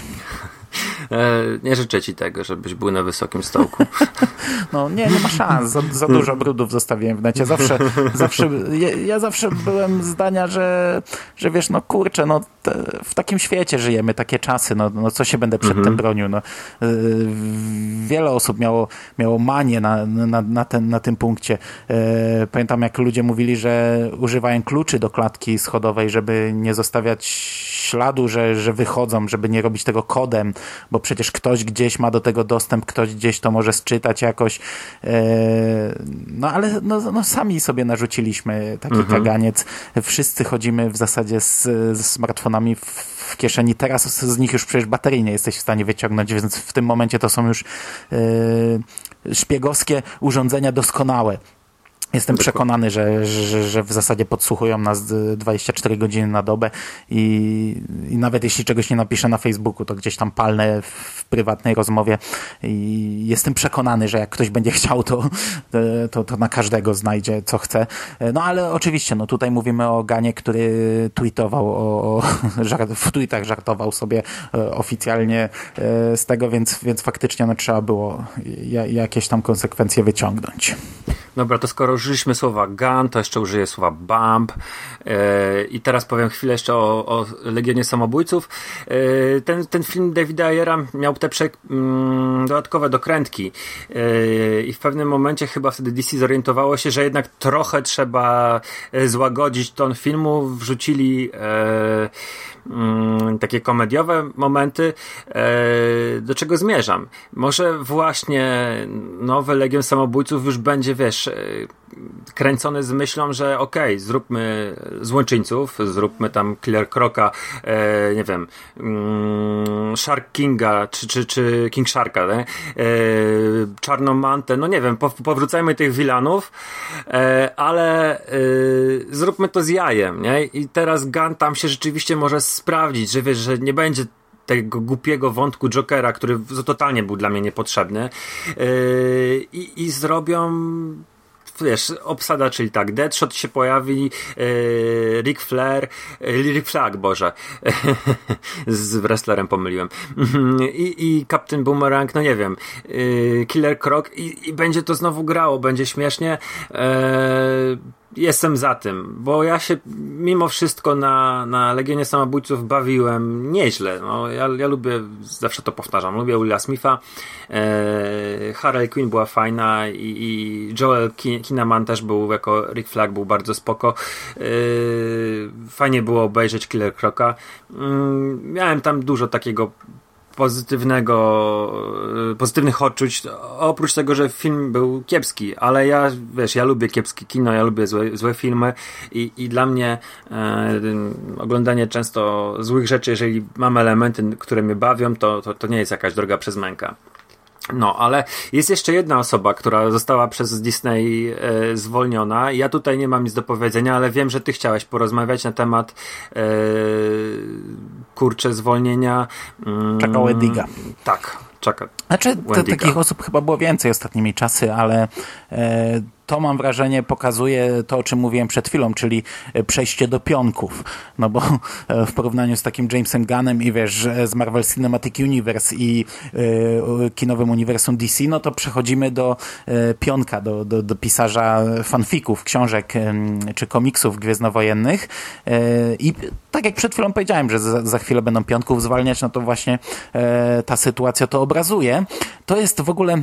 Nie życzę ci tego, żebyś był na wysokim stołku. No nie, nie ma szans. Za, za dużo brudów zostawiłem w necie. Zawsze, zawsze ja, ja zawsze byłem zdania, że, że wiesz, no kurczę, no te, w takim świecie żyjemy, takie czasy, no, no co się będę przed mhm. tym bronił. No, yy, wiele osób miało, miało manię na, na, na, ten, na tym punkcie. Yy, pamiętam, jak ludzie mówili, że używają kluczy do klatki schodowej, żeby nie zostawiać śladu, że, że wychodzą, żeby nie robić tego kodem, bo przecież ktoś gdzieś ma do tego dostęp, ktoś gdzieś to może sczytać jakoś. No ale no, no sami sobie narzuciliśmy taki mhm. kaganiec. Wszyscy chodzimy w zasadzie z, z smartfonami w, w kieszeni. Teraz z nich już przecież baterii nie jesteś w stanie wyciągnąć, więc w tym momencie to są już yy, szpiegowskie urządzenia doskonałe. Jestem przekonany, że, że, że w zasadzie podsłuchują nas dwadzieścia cztery godziny na dobę i, i nawet jeśli czegoś nie napiszę na Facebooku, to gdzieś tam palnę w prywatnej rozmowie i jestem przekonany, że jak ktoś będzie chciał, to, to, to na każdego znajdzie, co chce. No ale oczywiście, no tutaj mówimy o Ganie, który tweetował, o, o żart, w tweetach żartował sobie oficjalnie z tego, więc, więc faktycznie no, trzeba było jakieś tam konsekwencje wyciągnąć. Dobra, to skoro użyliśmy słowa gun, to jeszcze użyję słowa bomb yy, i teraz powiem chwilę jeszcze o, o Legionie Samobójców. Yy, ten, ten film Davida Ayera miał te prze, yy, dodatkowe dokrętki yy, i w pewnym momencie chyba wtedy D C zorientowało się, że jednak trochę trzeba złagodzić ton filmu, wrzucili yy, yy, takie komediowe momenty. Yy, do czego zmierzam? Może właśnie nowy Legion Samobójców już będzie, wiesz, kręcony z myślą, że okej, okay, zróbmy Złoczyńców, zróbmy tam Killer Croca, e, nie wiem, mm, Shark Kinga, czy, czy, czy King Sharka, e, Czarną Mantę, no nie wiem, po, powrócajmy tych wilanów, e, ale e, zróbmy to z jajem, nie? I teraz Gunn tam się rzeczywiście może sprawdzić, że wiesz, że nie będzie tego głupiego wątku Jokera, który totalnie był dla mnie niepotrzebny, yy, i, i zrobią wiesz, obsada, czyli tak, Deadshot się pojawi, yy, Ric Flair, yy, Ric Flag, Boże, z wrestlerem pomyliłem. I, i Captain Boomerang, no nie wiem, yy, Killer Croc i, i będzie to znowu grało, będzie śmiesznie. Yy, Jestem za tym, bo ja się mimo wszystko na, na Legionie Samobójców bawiłem nieźle. No, ja, ja lubię, zawsze to powtarzam, lubię Willa Smitha, e, Harley Quinn była fajna i, i Joel Kinnaman też był, jako Ric Flag był bardzo spoko. E, fajnie było obejrzeć Killer Croca. E, miałem tam dużo takiego pozytywnego, pozytywnych odczuć, oprócz tego, że film był kiepski, ale ja, wiesz, ja lubię kiepskie kino, ja lubię złe, złe filmy i, i dla mnie e, oglądanie często złych rzeczy, jeżeli mam elementy, które mnie bawią, to, to, to nie jest jakaś droga przez mękę. No, ale jest jeszcze jedna osoba, która została przez Disney e, zwolniona. Ja tutaj nie mam nic do powiedzenia, ale wiem, że ty chciałeś porozmawiać na temat e, kurczę zwolnienia mm, Chucka Wendiga. Tak, Chucka Znaczy, to, takich osób chyba było więcej ostatnimi czasy, ale e, to mam wrażenie pokazuje to, o czym mówiłem przed chwilą, czyli przejście do pionków. No bo w porównaniu z takim Jamesem Gunnem i wiesz, z Marvel Cinematic Universe i y, kinowym uniwersum D C, no to przechodzimy do y, pionka, do, do, do pisarza fanfików, książek y, czy komiksów gwiezdnowojennych. Y, I tak jak przed chwilą powiedziałem, że za, za chwilę będą pionków zwalniać, no to właśnie y, ta sytuacja to obrazuje. To jest w ogóle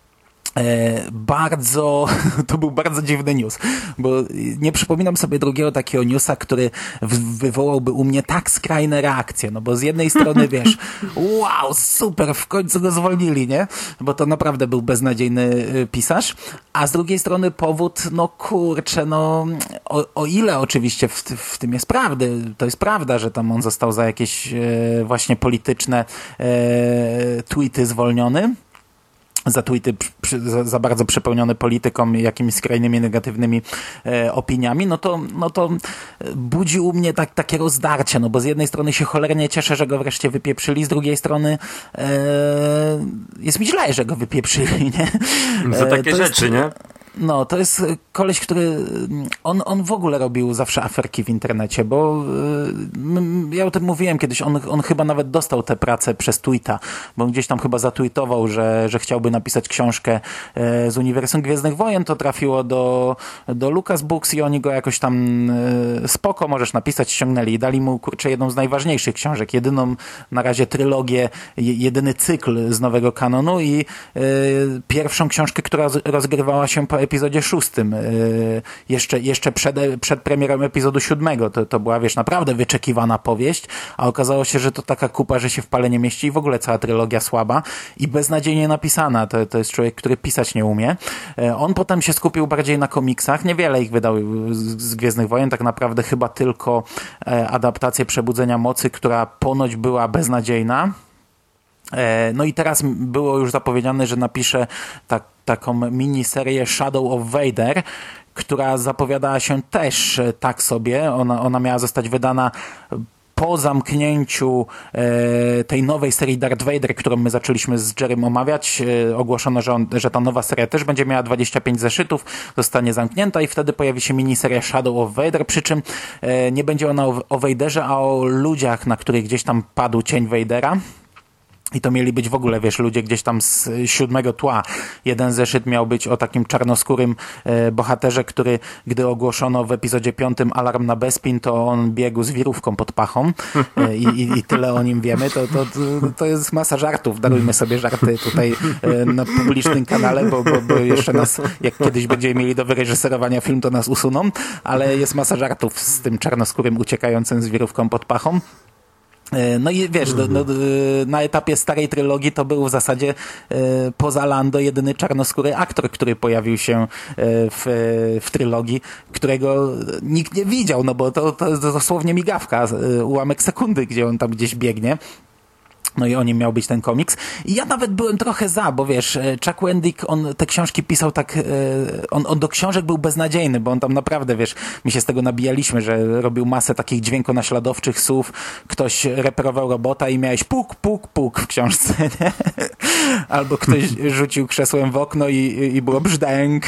bardzo, to był bardzo dziwny news, bo nie przypominam sobie drugiego takiego newsa, który wywołałby u mnie tak skrajne reakcje, no bo z jednej strony wiesz, wow, super, w końcu go zwolnili, nie? Bo to naprawdę był beznadziejny pisarz, a z drugiej strony powód, no kurczę, no o, o ile oczywiście w, w tym jest prawdy, to jest prawda, że tam on został za jakieś e, właśnie polityczne e, tweety zwolniony, za tweety przy, za, za bardzo przepełnione polityką i jakimiś skrajnymi negatywnymi e, opiniami, no to, no to budzi u mnie tak, takie rozdarcie, no bo z jednej strony się cholernie cieszę, że go wreszcie wypieprzyli, z drugiej strony e, jest mi źle, że go wypieprzyli, nie? E, za takie to rzeczy, jest, nie? No, to jest koleś, który on, on w ogóle robił zawsze aferki w internecie, bo y, ja o tym mówiłem kiedyś, on, on chyba nawet dostał tę pracę przez tweeta, bo gdzieś tam chyba zatweetował, że, że chciałby napisać książkę y, z uniwersum Gwiezdnych Wojen, to trafiło do, do Lucas Books i oni go jakoś tam y, spoko, możesz napisać, ściągnęli i dali mu, kurczę, jedną z najważniejszych książek, jedyną na razie trylogię, jedyny cykl z nowego kanonu i y, pierwszą książkę, która rozgrywała się po epizodzie szóstym. Yy, jeszcze jeszcze przed, przed premierą epizodu siódmego. To, to była, wiesz, naprawdę wyczekiwana powieść, a okazało się, że to taka kupa, że się w pale nie mieści i w ogóle cała trylogia słaba i beznadziejnie napisana. To, to jest człowiek, który pisać nie umie. Yy, on potem się skupił bardziej na komiksach. Niewiele ich wydał z, z Gwiezdnych Wojen. Tak naprawdę chyba tylko e, adaptację Przebudzenia Mocy, która ponoć była beznadziejna. No i teraz było już zapowiedziane, że napisze tak, taką miniserię Shadow of Vader, która zapowiadała się też tak sobie. Ona, ona miała zostać wydana po zamknięciu e, tej nowej serii Darth Vader, którą my zaczęliśmy z Jerrym omawiać. E, ogłoszono, że, on, że ta nowa seria też będzie miała dwadzieścia pięć zeszytów, zostanie zamknięta i wtedy pojawi się miniseria Shadow of Vader, przy czym e, nie będzie ona o, o Vaderze, a o ludziach, na których gdzieś tam padł cień Vadera. I to mieli być w ogóle, wiesz, ludzie gdzieś tam z siódmego tła. Jeden zeszyt miał być o takim czarnoskórym e, bohaterze, który, gdy ogłoszono w epizodzie piątym alarm na Bespin, to on biegł z wirówką pod pachą e, i, i tyle o nim wiemy. To, to, to, to jest masa żartów. Darujmy sobie żarty tutaj e, na publicznym kanale, bo, bo, bo jeszcze nas, jak kiedyś będziemy mieli do wyreżyserowania film, to nas usuną, ale jest masa żartów z tym czarnoskórym uciekającym z wirówką pod pachą. No i wiesz, do, do, na etapie starej trylogii to był w zasadzie e, poza Lando jedyny czarnoskóry aktor, który pojawił się e, w, w trylogii, którego nikt nie widział, no bo to, to jest dosłownie migawka, e, ułamek sekundy, gdzie on tam gdzieś biegnie. No i o nim miał być ten komiks. I ja nawet byłem trochę za, bo wiesz, Chuck Wendick, on te książki pisał tak, on, on do książek był beznadziejny, bo on tam naprawdę, wiesz, my się z tego nabijaliśmy, że robił masę takich dźwiękonaśladowczych słów, ktoś reperował robota i miałeś puk, puk, puk w książce, nie? Albo ktoś rzucił krzesłem w okno i, i było brzdęk,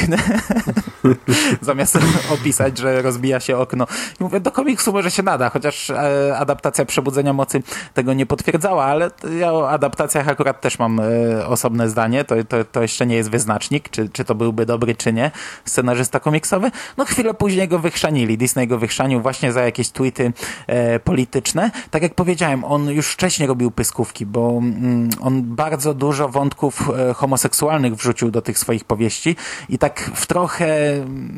zamiast opisać, że rozbija się okno. I mówię, do komiksu może się nada, chociaż adaptacja Przebudzenia Mocy tego nie potwierdzała, ale ja o adaptacjach akurat też mam e, osobne zdanie. To, to, to jeszcze nie jest wyznacznik, czy, czy to byłby dobry, czy nie, scenarzysta komiksowy. No chwilę później go wychrzanili. Disney go wychrzanił właśnie za jakieś tweety e, polityczne. Tak jak powiedziałem, on już wcześniej robił pyskówki, bo mm, on bardzo dużo wątków e, homoseksualnych wrzucił do tych swoich powieści i tak w trochę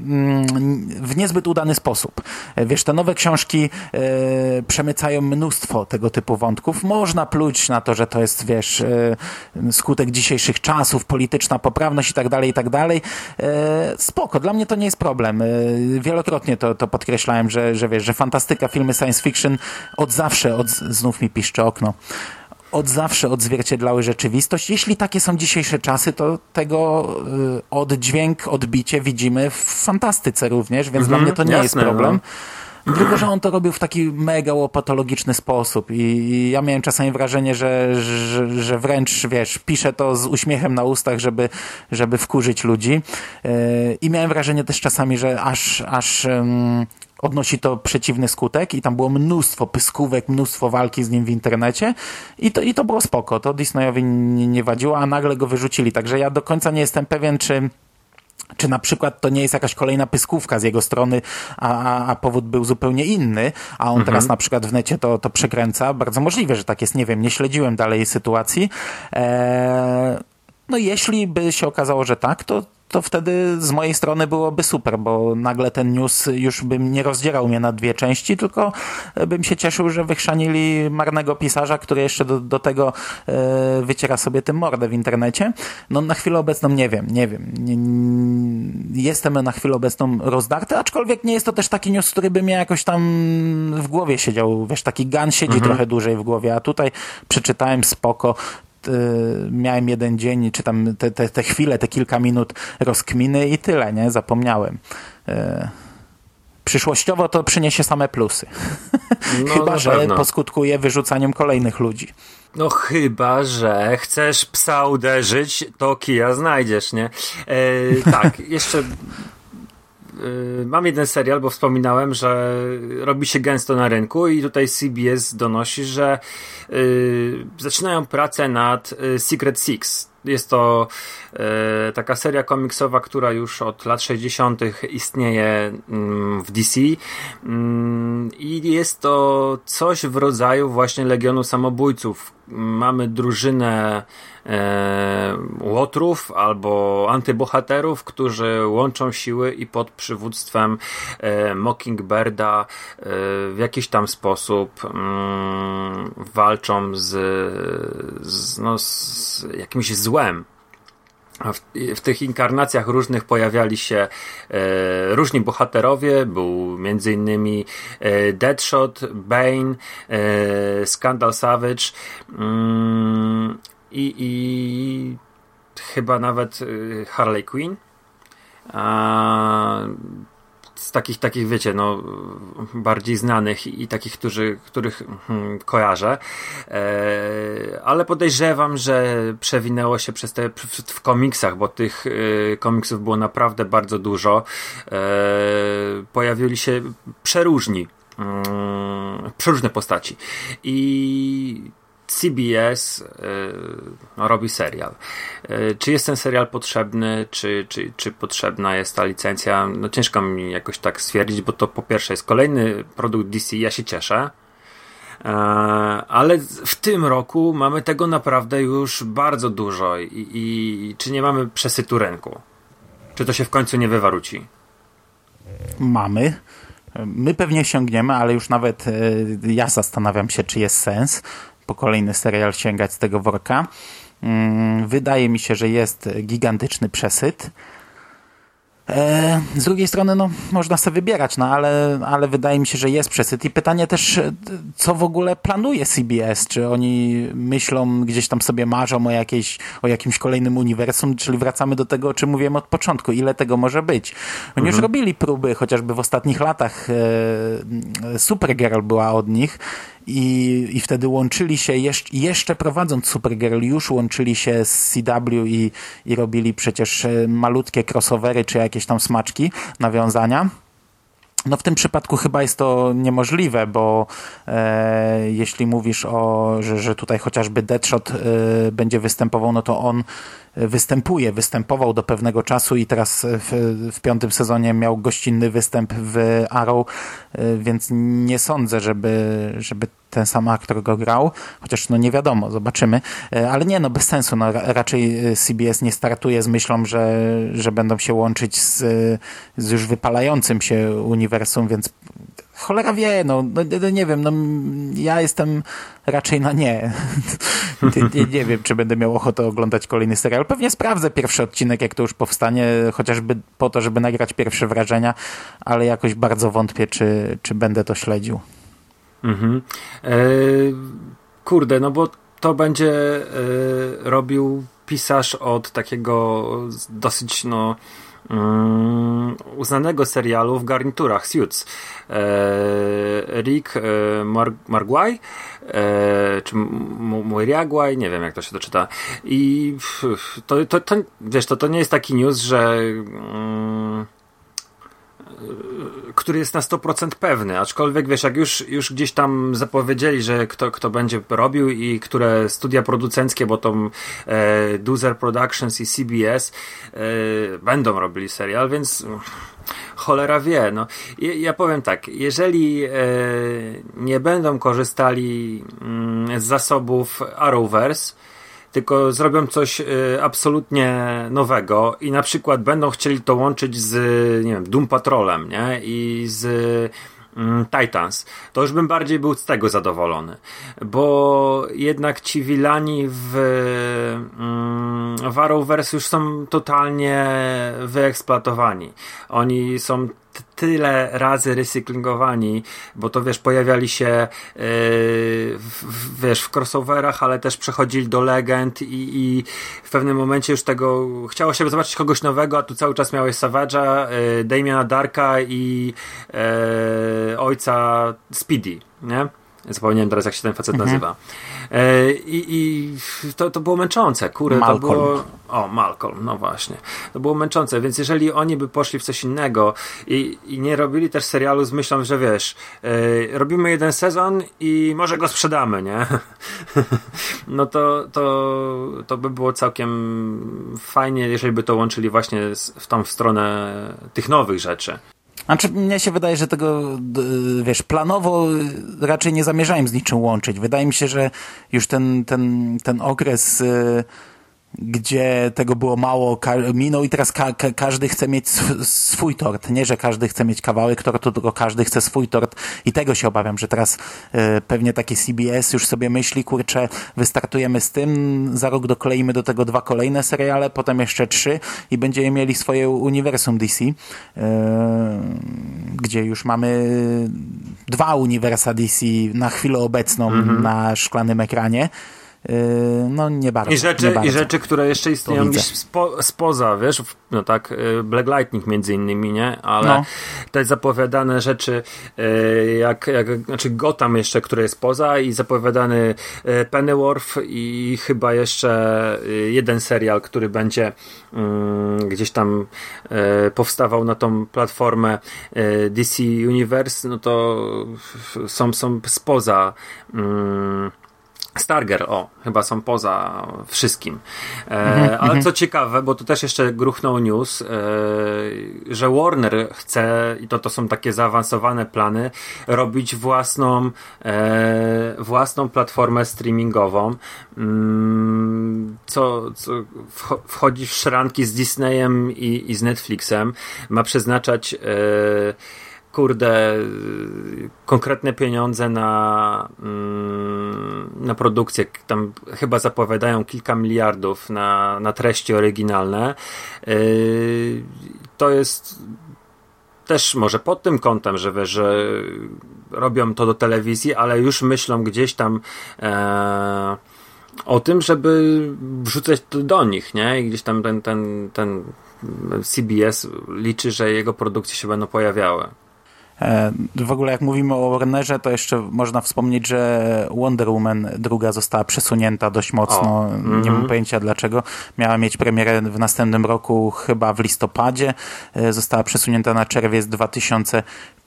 mm, w niezbyt udany sposób. E, wiesz, te nowe książki e, przemycają mnóstwo tego typu wątków. Można pluć na to, że to jest, wiesz, skutek dzisiejszych czasów, polityczna poprawność i tak dalej, i tak dalej. Spoko, dla mnie to nie jest problem. Wielokrotnie to, to podkreślałem, że, że wiesz, że fantastyka, filmy science fiction od zawsze, od, znów mi piszczy okno, od zawsze odzwierciedlały rzeczywistość. Jeśli takie są dzisiejsze czasy, to tego oddźwięk, odbicie widzimy w fantastyce również, więc mm-hmm, dla mnie to nie jasne, jest problem. No. Tylko, że on to robił w taki mega łopatologiczny sposób i, i ja miałem czasami wrażenie, że, że, że wręcz, wiesz, pisze to z uśmiechem na ustach, żeby, żeby wkurzyć ludzi. Yy, I miałem wrażenie też czasami, że aż, aż um, odnosi to przeciwny skutek i tam było mnóstwo pyskówek, mnóstwo walki z nim w internecie i to, i to było spoko. To Disneyowi nie, nie wadziło, a nagle go wyrzucili. Także ja do końca nie jestem pewien, czy Czy na przykład to nie jest jakaś kolejna pyskówka z jego strony, a, a, a powód był zupełnie inny, a on mhm. teraz na przykład w necie to, to przekręca. Bardzo możliwe, że tak jest. Nie wiem, nie śledziłem dalej sytuacji. Eee, no jeśli by się okazało, że tak, to to wtedy z mojej strony byłoby super, bo nagle ten news już bym nie rozdzierał mnie na dwie części, tylko bym się cieszył, że wychrzanili marnego pisarza, który jeszcze do, do tego e, wyciera sobie tym mordę w internecie. No na chwilę obecną nie wiem, nie wiem. Nie, nie, jestem na chwilę obecną rozdarty, aczkolwiek nie jest to też taki news, który by mnie jakoś tam w głowie siedział. Wiesz, taki gun siedzi mhm. trochę dłużej w głowie, a tutaj przeczytałem spoko, miałem jeden dzień, czy tam te, te, te chwile, te kilka minut rozkminy i tyle, nie? Zapomniałem. Przyszłościowo to przyniesie same plusy. No, chyba, że pewno poskutkuje wyrzucaniem kolejnych ludzi. No chyba, że chcesz psa uderzyć, to kija znajdziesz, nie? E, tak, jeszcze mam jeden serial, bo wspominałem, że robi się gęsto na rynku i tutaj C B S donosi, że y, zaczynają pracę nad y, Secret Six. Jest to y, taka seria komiksowa, która już od lat sześćdziesiątych istnieje y, w D C y, i jest to coś w rodzaju właśnie Legionu Samobójców. Mamy drużynę e, łotrów albo antybohaterów, którzy łączą siły i pod przywództwem e, Mockingbirda e, w jakiś tam sposób mm, walczą z, z, no, z jakimś złem. A w, w tych inkarnacjach różnych pojawiali się e, różni bohaterowie. Był między innymi e, Deadshot, Bane, e, Scandal Savage mm, i, i chyba nawet e, Harley Quinn. A, z takich, takich wiecie, no bardziej znanych i, i takich, którzy, których hmm, kojarzę. E, ale podejrzewam, że przewinęło się przez te w, w komiksach, bo tych e, komiksów było naprawdę bardzo dużo. E, pojawili się przeróżni, mm, przeróżne postaci. I C B S y, robi serial. Y, czy jest ten serial potrzebny, czy, czy, czy potrzebna jest ta licencja? No ciężko mi jakoś tak stwierdzić, bo to po pierwsze jest kolejny produkt D C, ja się cieszę, y, ale w tym roku mamy tego naprawdę już bardzo dużo i, i czy nie mamy przesytu rynku? Czy to się w końcu nie wywaruci? Mamy. My pewnie sięgniemy, ale już nawet y, ja zastanawiam się, czy jest sens po kolejny serial sięgać z tego worka. Wydaje mi się, że jest gigantyczny przesyt. E, z drugiej strony, no, można sobie wybierać, no, ale, ale wydaje mi się, że jest przesyt. I pytanie też, co w ogóle planuje C B S? Czy oni myślą, gdzieś tam sobie marzą o, jakiejś, o jakimś kolejnym uniwersum, czyli wracamy do tego, o czym mówiłem od początku. Ile tego może być? Oni mhm. już robili próby, chociażby w ostatnich latach e, Supergirl była od nich. I, i wtedy łączyli się, jeszcze, jeszcze prowadząc Supergirl, już łączyli się z C W i, i robili przecież malutkie crossovery, czy jakieś tam smaczki, nawiązania. No w tym przypadku chyba jest to niemożliwe, bo e, jeśli mówisz o, że, że tutaj chociażby Deadshot e, będzie występował, no to on występuje, występował do pewnego czasu i teraz w, w piątym sezonie miał gościnny występ w Arrow, e, więc nie sądzę, żeby, żeby ten sam aktor go grał, chociaż no nie wiadomo, zobaczymy, e, ale nie, no bez sensu, no raczej C B S nie startuje z myślą, że, że będą się łączyć z, z już wypalającym się uniwersum, więc cholera wie, no, no nie wiem, no ja jestem raczej na nie. nie. Nie wiem, czy będę miał ochotę oglądać kolejny serial. Pewnie sprawdzę pierwszy odcinek, jak to już powstanie, chociażby po to, żeby nagrać pierwsze wrażenia, ale jakoś bardzo wątpię, czy, czy będę to śledził. Mhm. E, kurde, no bo to będzie e, robił pisarz od takiego dosyć, no Um, uznanego serialu w garniturach Suits. E, Rick e, Mar- Marguay e, czy Moriaguay, nie wiem jak to się doczyta. I to, to, to wiesz, to, to nie jest taki news, że um, który jest na sto procent pewny, aczkolwiek wiesz, jak już, już gdzieś tam zapowiedzieli, że kto, kto będzie robił i które studia producenckie, bo to e, Dozer Productions i C B S e, będą robili serial, więc cholera wie. No. Ja, ja powiem tak, jeżeli e, nie będą korzystali mm, z zasobów Arrowverse, tylko zrobią coś y, absolutnie nowego i na przykład będą chcieli to łączyć z, nie wiem, Doom Patrolem, nie? I z y, Titans, to już bym bardziej był z tego zadowolony, bo jednak ci wilani w, y, w Arrowverse już są totalnie wyeksploatowani. Oni są t- tyle razy recyklingowani, bo to wiesz, pojawiali się yy, w, w, wiesz, w crossoverach, ale też przechodzili do legend i, i w pewnym momencie już tego chciało się zobaczyć kogoś nowego, a tu cały czas miałeś Savage'a, yy, Damiana Darka i yy, ojca Speedy, nie? Zapomniałem teraz, jak się ten facet mhm. nazywa. E, I i to, to było męczące, kurde. Malcolm. To było... O, Malcolm, no właśnie. To było męczące, więc jeżeli oni by poszli w coś innego i, i nie robili też serialu z myślą, że wiesz, e, robimy jeden sezon i może go sprzedamy, nie? no to, to, to by było całkiem fajnie, jeżeli by to łączyli właśnie w tą stronę tych nowych rzeczy. Znaczy, mnie się wydaje, że tego, wiesz, planowo raczej nie zamierzałem z niczym łączyć. Wydaje mi się, że już ten, ten, ten okres, gdzie tego było mało, minął i teraz ka- ka- każdy chce mieć sw- swój tort. Nie, że każdy chce mieć kawałek tortu, tylko każdy chce swój tort i tego się obawiam, że teraz y, pewnie takie C B S już sobie myśli, kurczę, wystartujemy z tym, za rok dokleimy do tego dwa kolejne seriale, potem jeszcze trzy i będziemy mieli swoje uniwersum D C, y, gdzie już mamy dwa uniwersa D C na chwilę obecną mm-hmm. na szklanym ekranie. No nie bardzo. I rzeczy, nie bardzo. I rzeczy, które jeszcze istnieją spo, spoza, wiesz, no tak, Black Lightning między innymi, nie? Ale no. te zapowiadane rzeczy, jak, jak, znaczy Gotham jeszcze, które jest poza i zapowiadany Pennyworth i chyba jeszcze jeden serial, który będzie um, gdzieś tam e, powstawał na tą platformę e, D C Universe, no to są, są spoza um, Stargirl, o, chyba są poza wszystkim. E, ale co ciekawe, bo tu też jeszcze gruchnął news, e, że Warner chce, i to, to są takie zaawansowane plany, robić własną e, własną platformę streamingową, mm, co, co wchodzi w szranki z Disneyem i, i z Netflixem. Ma przeznaczać e, kurde, konkretne pieniądze na, na produkcję. Tam chyba zapowiadają kilka miliardów na, na treści oryginalne. to jest też może pod tym kątem, że wiesz, że robią to do telewizji, ale już myślą gdzieś tam e, o tym, żeby wrzucać to do nich, nie? I gdzieś tam ten, ten, ten C B S liczy, że jego produkcje się będą pojawiały. W ogóle jak mówimy o Warnerze, to jeszcze można wspomnieć, że Wonder Woman druga została przesunięta dość mocno. O, nie mm-hmm. mam pojęcia dlaczego. Miała mieć premierę w następnym roku, chyba w listopadzie. Została przesunięta na czerwiec dwa tysiące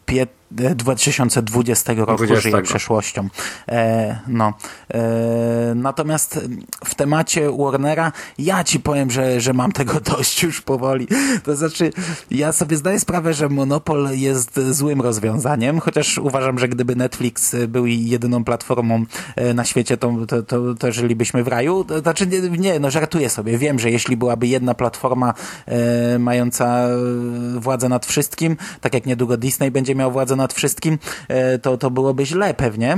dwudziestego roku, żyje przeszłością. E, no. E, natomiast w temacie Warnera ja ci powiem, że, że mam tego dość już powoli. To znaczy, ja sobie zdaję sprawę, że monopol jest złym rozwiązaniem, chociaż uważam, że gdyby Netflix był jedyną platformą na świecie, to, to, to, to żylibyśmy w raju. To znaczy, nie, nie, no żartuję sobie. Wiem, że jeśli byłaby jedna platforma e, mająca władzę nad wszystkim, tak jak niedługo Disney będzie miał władzę nad wszystkim, to, to byłoby źle pewnie.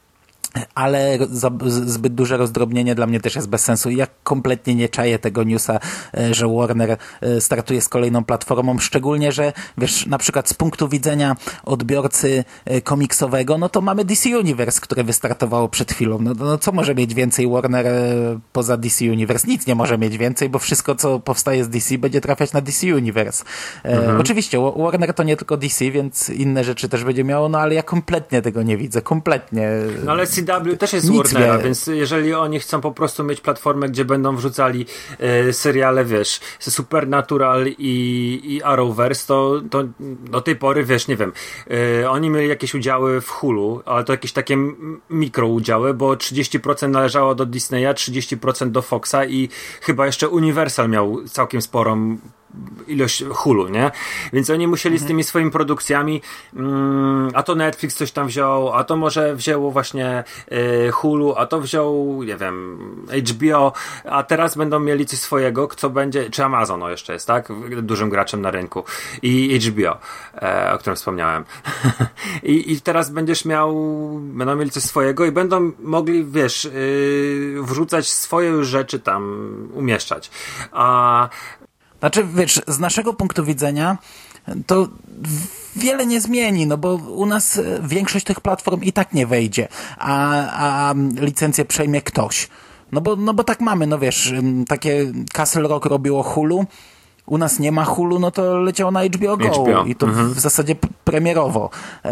Ale za, zbyt duże rozdrobnienie dla mnie też jest bez sensu i ja kompletnie nie czaję tego newsa, że Warner startuje z kolejną platformą, szczególnie, że wiesz, na przykład z punktu widzenia odbiorcy komiksowego, no to mamy D C Universe, które wystartowało przed chwilą. No, no co może mieć więcej Warner poza D C Universe? Nic nie może mieć więcej, bo wszystko, co powstaje z D C, będzie trafiać na D C Universe. Mhm. E, oczywiście Warner to nie tylko D C, więc inne rzeczy też będzie miało, no ale ja kompletnie tego nie widzę, kompletnie. No ale C W też jest z Warnera, więc jeżeli oni chcą po prostu mieć platformę, gdzie będą wrzucali e, seriale, wiesz, Supernatural i, i Arrowverse, to, to do tej pory, wiesz, nie wiem, e, oni mieli jakieś udziały w Hulu, ale to jakieś takie mikro udziały, bo trzydzieści procent należało do Disneya, trzydzieści procent do Foxa i chyba jeszcze Universal miał całkiem sporą ilość Hulu, nie? Więc oni musieli mhm. z tymi swoimi produkcjami mm, a to Netflix coś tam wziął, a to może wzięło właśnie y, Hulu, a to wziął, nie wiem, H B O, a teraz będą mieli coś swojego, co będzie, czy Amazon o jeszcze jest, tak? Dużym graczem na rynku i H B O, e, o którym wspomniałem. I, I teraz będziesz miał, będą mieli coś swojego i będą mogli, wiesz, y, wrzucać swoje już rzeczy tam, umieszczać. A Znaczy, wiesz, z naszego punktu widzenia to wiele nie zmieni, no bo u nas większość tych platform i tak nie wejdzie, a, a licencję przejmie ktoś. No bo, no bo tak mamy, no wiesz, takie Castle Rock robiło Hulu, u nas nie ma Hulu, no to leciało na H B O Go H B O. I to mhm. w zasadzie premierowo.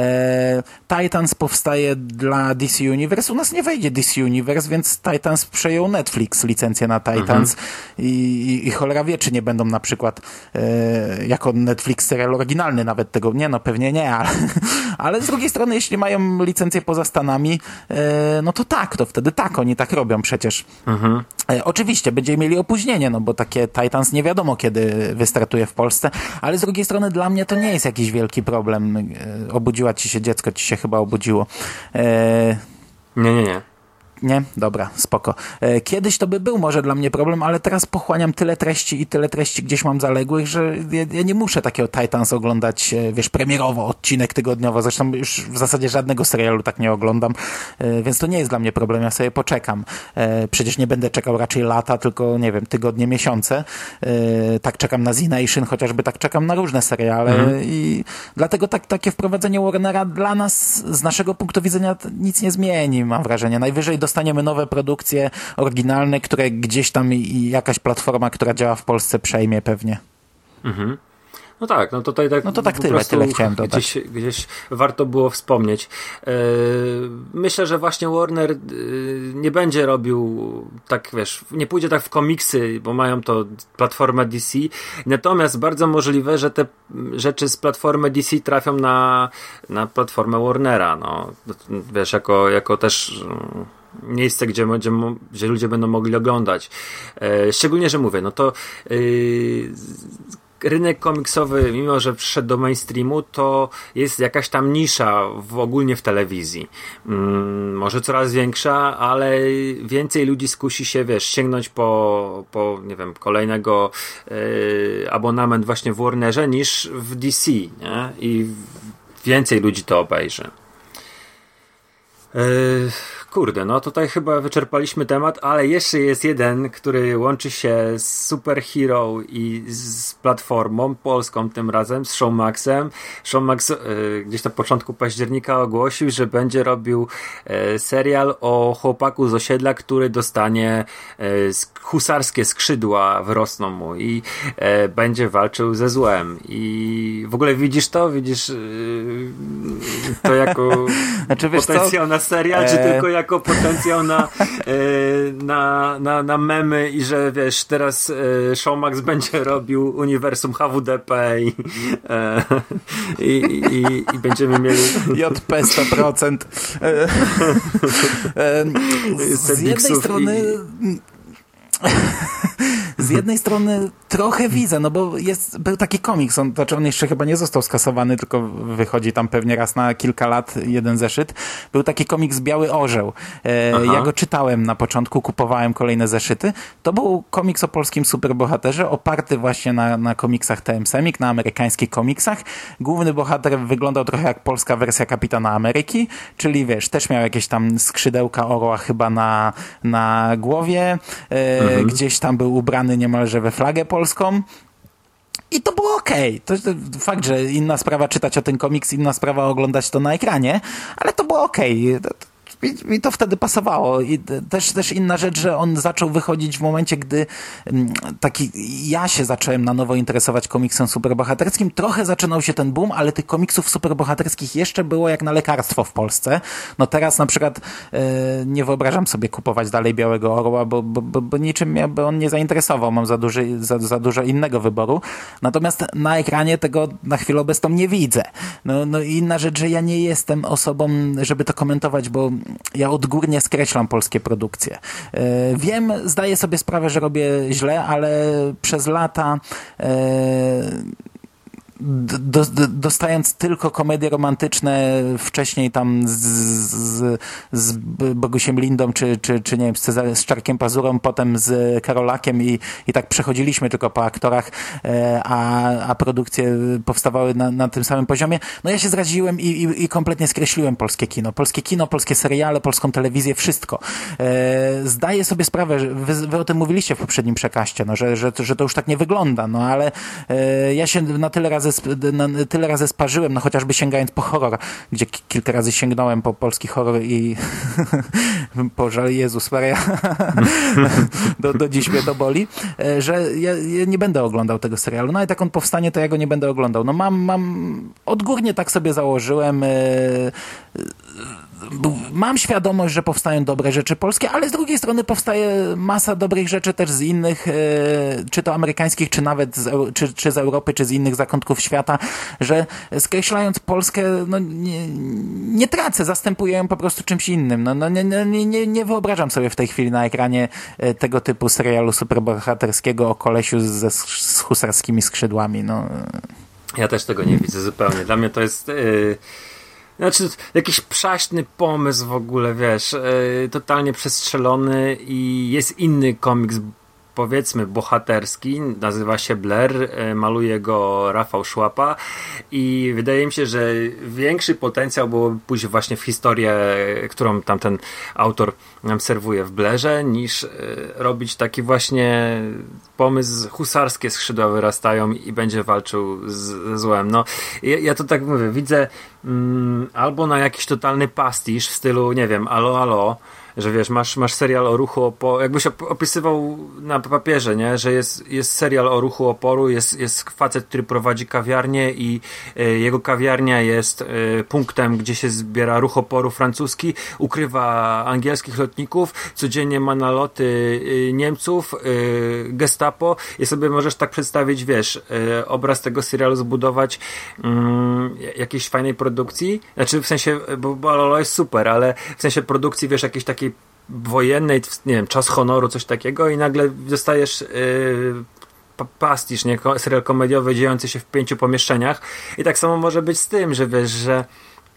E, Titans powstaje dla D C Universe, u nas nie wejdzie D C Universe, więc Titans przejął Netflix licencję na Titans mhm. I, i, i cholera wie, czy nie będą na przykład e, jako Netflix serial oryginalny nawet tego, nie no pewnie nie, ale, ale z drugiej strony jeśli mają licencję poza Stanami, e, no to tak, to wtedy tak, oni tak robią przecież. Mhm. E, oczywiście będziemy mieli opóźnienie, no bo takie Titans nie wiadomo kiedy wystartuje w Polsce, ale z drugiej strony dla mnie to nie jest jakiś wielki problem. Obudziła ci się dziecko, ci się chyba obudziło. E... Nie, nie, nie. Nie? Dobra, spoko. Kiedyś to by był może dla mnie problem, ale teraz pochłaniam tyle treści i tyle treści gdzieś mam zaległych, że ja, ja nie muszę takiego Titans oglądać, wiesz, premierowo, odcinek tygodniowo. Zresztą już w zasadzie żadnego serialu tak nie oglądam, więc to nie jest dla mnie problem, ja sobie poczekam. Przecież nie będę czekał raczej lata, tylko, nie wiem, tygodnie, miesiące. Tak czekam na Z-Nation, chociażby tak czekam na różne seriale mhm. i dlatego tak, takie wprowadzenie Warnera dla nas, z naszego punktu widzenia nic nie zmieni, mam wrażenie. Najwyżej dostaniemy nowe produkcje oryginalne, które gdzieś tam i jakaś platforma, która działa w Polsce, przejmie pewnie. Mhm. No tak, no tutaj tak, no to tak tyle, tyle chciałem dodać. Gdzieś, gdzieś warto było wspomnieć. Yy, myślę, że właśnie Warner yy, nie będzie robił tak, wiesz, nie pójdzie tak w komiksy, bo mają to platformę D C, natomiast bardzo możliwe, że te rzeczy z platformy D C trafią na, na platformę Warnera, no, wiesz, jako, jako też miejsce, gdzie, gdzie, gdzie ludzie będą mogli oglądać. Yy, szczególnie, że mówię, no to yy, rynek komiksowy, mimo że przyszedł do mainstreamu, to jest jakaś tam nisza w, ogólnie w telewizji. Hmm, może coraz większa, ale więcej ludzi skusi się, wiesz, sięgnąć po, po nie wiem, kolejnego yy, abonament właśnie w Warnerze niż w D C, nie? I więcej ludzi to obejrzy. Yy, Kurde, no tutaj chyba wyczerpaliśmy temat, ale jeszcze jest jeden, który łączy się z Superhero i z platformą polską tym razem, z Showmaxem. Showmax y, gdzieś na początku października ogłosił, że będzie robił y, serial o chłopaku z osiedla, który dostanie y, husarskie skrzydła, wyrosną mu i y, będzie walczył ze złem. I w ogóle widzisz to? Widzisz y, to jako znaczy, wiesz potencjał co? na serial, czy e... tylko jako potencjał na, y, na, na, na memy i że wiesz, teraz y, Showmax będzie robił uniwersum H W D P i, y, i, i, i będziemy mieli J P sto procent. Z jednej strony i... z jednej strony trochę widzę, no bo jest, był taki komiks, on, znaczy on jeszcze chyba nie został skasowany, tylko wychodzi tam pewnie raz na kilka lat jeden zeszyt. Był taki komiks Biały Orzeł. E, ja go czytałem na początku, kupowałem kolejne zeszyty. To był komiks o polskim superbohaterze, oparty właśnie na, na komiksach T M Semik, na amerykańskich komiksach. Główny bohater wyglądał trochę jak polska wersja Kapitana Ameryki, czyli wiesz, też miał jakieś tam skrzydełka orła chyba na, na głowie, e, mhm. gdzieś tam był ubrany niemalże we flagę polską. I to było okej. Okay. To, to fakt, że inna sprawa czytać o ten komiks, inna sprawa oglądać to na ekranie, ale to było okej. Okay. Mi to wtedy pasowało. I też, też inna rzecz, że on zaczął wychodzić w momencie, gdy taki ja się zacząłem na nowo interesować komiksem superbohaterskim. Trochę zaczynał się ten boom, ale tych komiksów superbohaterskich jeszcze było jak na lekarstwo w Polsce. No teraz na przykład e, nie wyobrażam sobie kupować dalej Białego Orła, bo, bo, bo, bo niczym mnie by on nie zainteresował. Mam za, duży, za, za dużo innego wyboru. Natomiast na ekranie tego na chwilę obecną nie widzę. No, no i inna rzecz, że ja nie jestem osobą, żeby to komentować, bo ja odgórnie skreślam polskie produkcje. Wiem, zdaję sobie sprawę, że robię źle, ale przez lata Do, do, dostając tylko komedie romantyczne wcześniej tam z, z, z Bogusiem Lindą czy, czy, czy nie wiem, z, Cezary, z Czarkiem Pazurą, potem z Karolakiem i, i tak przechodziliśmy tylko po aktorach, a, a produkcje powstawały na, na tym samym poziomie. No ja się zraziłem i, i, i kompletnie skreśliłem polskie kino. Polskie kino, polskie seriale, polską telewizję, wszystko. Zdaję sobie sprawę, że wy, wy o tym mówiliście w poprzednim przekaście, no, że, że, że to już tak nie wygląda, no ale ja się na tyle razy Na, tyle razy sparzyłem, no chociażby sięgając po horror, gdzie k- kilka razy sięgnąłem po polski horror i Boże, Jezus Maria do, do dziś mnie to boli, że ja, ja nie będę oglądał tego serialu. No i tak on powstanie, to ja go nie będę oglądał. No mam, mam odgórnie tak sobie założyłem. Mam świadomość, że powstają dobre rzeczy polskie, ale z drugiej strony powstaje masa dobrych rzeczy też z innych, czy to amerykańskich, czy nawet z, czy, czy z Europy, czy z innych zakątków świata, że skreślając Polskę, no nie, nie tracę, zastępuję ją po prostu czymś innym. No, no nie, nie, nie, nie wyobrażam sobie w tej chwili na ekranie tego typu serialu superbohaterskiego o kolesiu ze, z husarskimi skrzydłami. No. Ja też tego nie widzę zupełnie. Dla mnie to jest... Yy... Znaczy, jakiś przaśny pomysł w ogóle, wiesz, yy, totalnie przestrzelony i jest inny komiks, powiedzmy, bohaterski, nazywa się Blair, yy, maluje go Rafał Szłapa i wydaje mi się, że większy potencjał byłoby pójść właśnie w historię, którą tamten autor nam serwuje w Blairze, niż yy, robić taki właśnie pomysł, husarskie skrzydła wyrastają i będzie walczył z, ze złem. No, ja, ja to tak mówię, widzę mm, albo na jakiś totalny pastisz w stylu, nie wiem, alo, alo, że wiesz, masz, masz serial o ruchu oporu, jakbyś opisywał na papierze, nie, że jest, jest serial o ruchu oporu, jest, jest facet, który prowadzi kawiarnię i y, jego kawiarnia jest y, punktem, gdzie się zbiera ruch oporu francuski, ukrywa angielskich lotników, codziennie ma naloty y, Niemców, y, Gestapo i sobie możesz tak przedstawić, wiesz, y, obraz tego serialu zbudować y, jakiejś fajnej produkcji, znaczy w sensie, bo, bo Lolo jest super, ale w sensie produkcji, wiesz, jakiejś takiej wojennej, nie wiem, Czas honoru, coś takiego i nagle dostajesz yy, pastisz, nie? Serial komediowy dziejący się w pięciu pomieszczeniach i tak samo może być z tym, że wiesz, że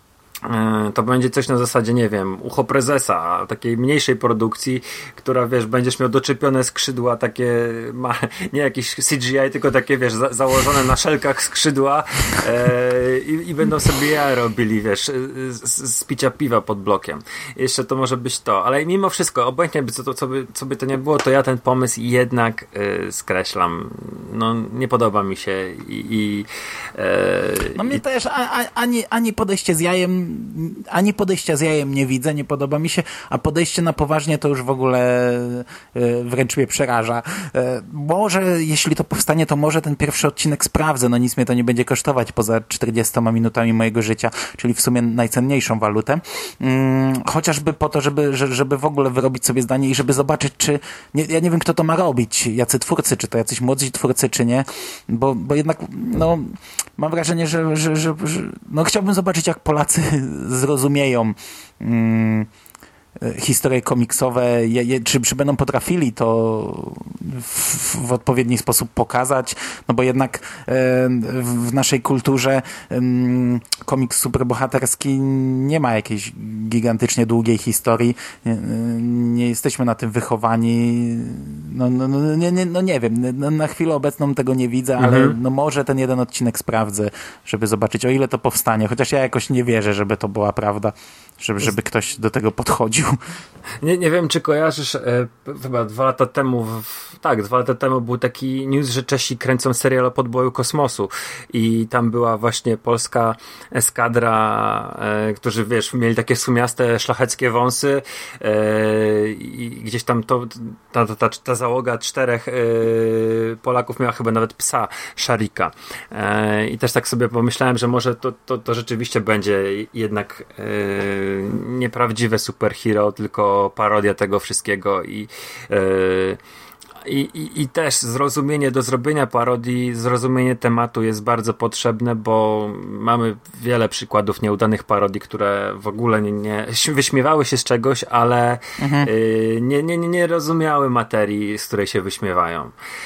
to będzie coś na zasadzie, nie wiem, Ucho Prezesa, takiej mniejszej produkcji, która, wiesz, będziesz miał doczepione skrzydła takie, ma, nie jakieś C G I, tylko takie, wiesz, za, założone na szelkach skrzydła e, i, i będą sobie ja robili, wiesz, z, z picia piwa pod blokiem. Jeszcze to może być to, ale mimo wszystko, obojętnie by co, to, co, by, co by to nie było, to ja ten pomysł jednak e, skreślam. No, nie podoba mi się i... i e, no mnie i... też, a, a, ani, ani podejście z jajem ani podejścia z jajem nie widzę, nie podoba mi się, a podejście na poważnie to już w ogóle y, wręcz mnie przeraża. Y, może, jeśli to powstanie, to może ten pierwszy odcinek sprawdzę, no nic mnie to nie będzie kosztować poza czterdziestoma minutami mojego życia, czyli w sumie najcenniejszą walutę. Y, chociażby po to, żeby, żeby w ogóle wyrobić sobie zdanie i żeby zobaczyć, czy, nie, ja nie wiem, kto to ma robić, jacy twórcy, czy to jacyś młodzi twórcy, czy nie, bo, bo jednak, no, mam wrażenie, że, że, że, że no chciałbym zobaczyć, jak Polacy zrozumieją mm, historie komiksowe, je, je, czy, czy będą potrafili to w, w odpowiedni sposób pokazać, no bo jednak e, w naszej kulturze e, komiks superbohaterski nie ma jakiejś gigantycznie długiej historii, nie, nie jesteśmy na tym wychowani, no, no, no, nie, nie, no nie wiem, no, na chwilę obecną tego nie widzę, ale mhm. no może ten jeden odcinek sprawdzę, żeby zobaczyć, o ile to powstanie, chociaż ja jakoś nie wierzę, żeby to była prawda, żeby, żeby ktoś do tego podchodził. Nie, nie wiem, czy kojarzysz, e, chyba dwa lata temu, w, tak, dwa lata temu był taki news, że Czesi kręcą serial o podboju kosmosu i tam była właśnie polska eskadra, e, którzy, wiesz, mieli takie sumiaste, szlacheckie wąsy e, i gdzieś tam to, ta, ta, ta, ta załoga czterech e, Polaków miała chyba nawet psa, Szarika. E, I też tak sobie pomyślałem, że może to, to, to rzeczywiście będzie jednak e, nieprawdziwe superhero, tylko parodia tego wszystkiego i yy, I, i, I też zrozumienie do zrobienia parodii, zrozumienie tematu jest bardzo potrzebne, bo mamy wiele przykładów nieudanych parodii, które w ogóle nie, nie wyśmiewały się z czegoś, ale mhm. y, nie, nie, nie rozumiały materii, z której się wyśmiewają.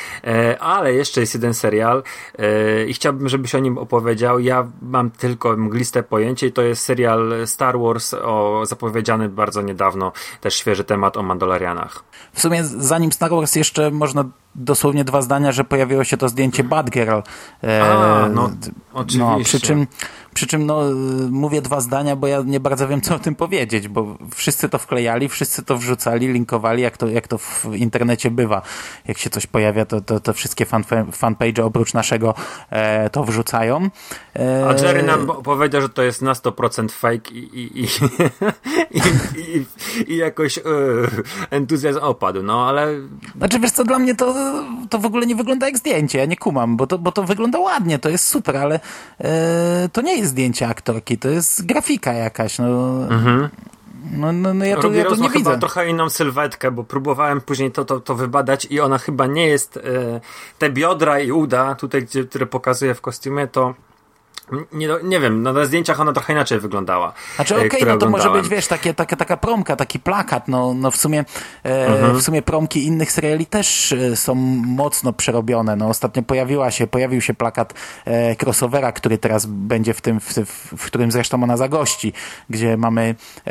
E, ale jeszcze jest jeden serial e, i chciałbym, żebyś o nim opowiedział. Ja mam tylko mgliste pojęcie i to jest serial Star Wars, o, zapowiedziany bardzo niedawno, też świeży temat o Mandalorianach. W sumie zanim Star Wars jeszcze można dosłownie dwa zdania, że pojawiło się to zdjęcie Batgirl. E, A, no, oczywiście. No, przy czym, przy czym no, mówię dwa zdania, bo ja nie bardzo wiem, co o tym powiedzieć, bo wszyscy to wklejali, wszyscy to wrzucali, linkowali, jak to, jak to w internecie bywa. Jak się coś pojawia, to, to, to wszystkie fan, fanpage oprócz naszego e, to wrzucają. E, A Jerry nam powiedział, że to jest na sto procent fake i, i, i, i, i, i jakoś e, entuzjazm opadł, no ale... Znaczy, wiesz co, dla mnie to, to w ogóle nie wygląda jak zdjęcie, ja nie kumam, bo to, bo to wygląda ładnie, to jest super, ale e, to nie jest zdjęcie aktorki, to jest grafika jakaś, no... Mhm. No, no, no ja to, ja to nie chyba widzę. Trochę inną sylwetkę, bo próbowałem później to, to, to wybadać i ona chyba nie jest e, te biodra i uda, tutaj, gdzie, które pokazuje w kostiumie, to Nie, nie wiem, no na zdjęciach ona trochę inaczej wyglądała. Znaczy okej, okay, no to może być, wiesz, takie, taka, taka promka, taki plakat, no, no w sumie e, mhm. w sumie promki innych seriali też e, są mocno przerobione. No ostatnio pojawiła się, pojawił się plakat e, crossovera, który teraz będzie w tym, w, w, w którym zresztą ona zagości, gdzie mamy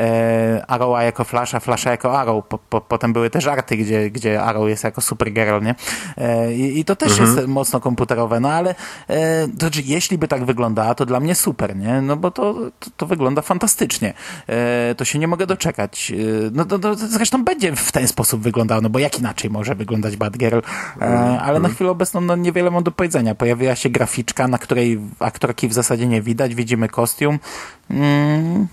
e, Arrowa jako Flasha, Flasha jako Arrow. Po, po, potem były te żarty, gdzie, gdzie Arrow jest jako Supergirl, nie? E, i, I to też mhm. jest mocno komputerowe, no ale e, to znaczy, jeśli by tak wyglądało, to dla mnie super, nie? No bo to, to, to wygląda fantastycznie. E, to się nie mogę doczekać. E, no to, to zresztą będzie w ten sposób wyglądało, no bo jak inaczej może wyglądać Batgirl? E, ale na chwilę obecną no, niewiele mam do powiedzenia. Pojawiła się graficzka, na której aktorki w zasadzie nie widać. Widzimy kostium. Mm,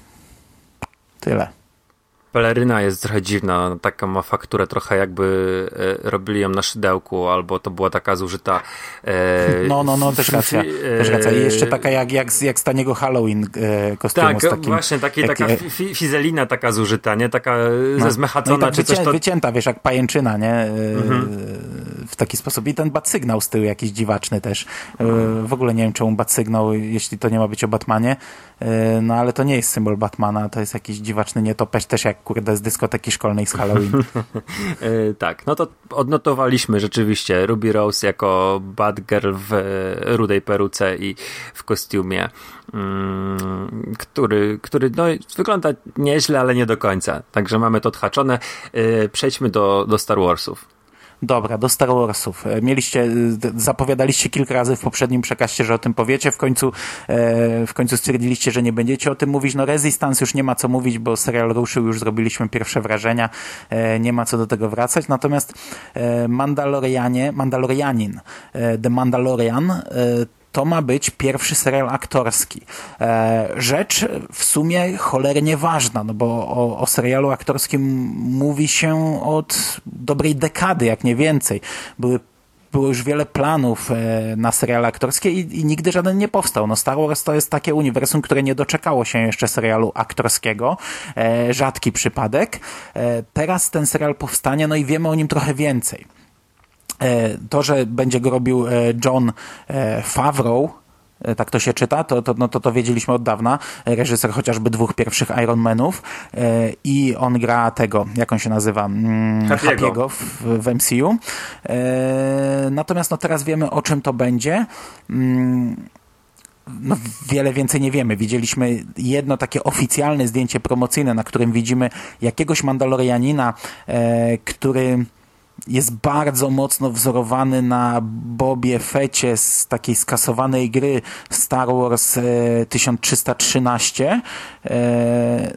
tyle. Peleryna jest trochę dziwna, taką ma fakturę trochę jakby e, robili ją na szydełku, albo to była taka zużyta... E, no, no, no, też racja. E, też racja. I jeszcze taka jak, jak, jak z taniego Halloween e, kostiumu. Tak, z takim, właśnie, taki, jak, taka fi, fizelina taka zużyta, nie? Taka no, zezmechacona. No i tak czy wycię, coś to... wycięta, wiesz, jak pajęczyna, nie? E, mhm. W taki sposób. I ten Bat-sygnał z tyłu jakiś dziwaczny też. E, w ogóle nie wiem, czemu Bat-sygnał, jeśli to nie ma być o Batmanie. E, no ale to nie jest symbol Batmana, to jest jakiś dziwaczny nietoperz, też jak jak kurde z dyskoteki szkolnej z Halloween. Yy, tak, no to odnotowaliśmy rzeczywiście Ruby Rose jako bad girl w e, rudej peruce i w kostiumie, mm, który, który no, wygląda nieźle, ale nie do końca. Także mamy to odhaczone. Yy, przejdźmy do, do Star Warsów. Dobra, do Star Warsów. Mieliście, zapowiadaliście kilka razy w poprzednim przekaście, że o tym powiecie, w końcu e, w końcu stwierdziliście, że nie będziecie o tym mówić. No Resistance już nie ma co mówić, bo serial ruszył, już zrobiliśmy pierwsze wrażenia, e, nie ma co do tego wracać. Natomiast e, Mandalorianie, Mandalorianin, e, The Mandalorian, e, to ma być pierwszy serial aktorski. E, rzecz w sumie cholernie ważna, no bo o, o serialu aktorskim mówi się od dobrej dekady, jak nie więcej. Były Było już wiele planów e, na seriale aktorskie i, i nigdy żaden nie powstał. No Star Wars to jest takie uniwersum, które nie doczekało się jeszcze serialu aktorskiego. E, rzadki przypadek. E, teraz ten serial powstanie, no i wiemy o nim trochę więcej. To, że będzie go robił Jon Favreau, tak to się czyta, to, to, no to, to wiedzieliśmy od dawna, reżyser chociażby dwóch pierwszych Iron Manów i on gra tego, jak on się nazywa, Happy'ego w, w M C U. Natomiast no teraz wiemy, o czym to będzie. No, wiele więcej nie wiemy. Widzieliśmy jedno takie oficjalne zdjęcie promocyjne, na którym widzimy jakiegoś Mandalorianina, który jest bardzo mocno wzorowany na Bobie Fecie z takiej skasowanej gry Star Wars e, tysiąc trzysta trzynaście. E,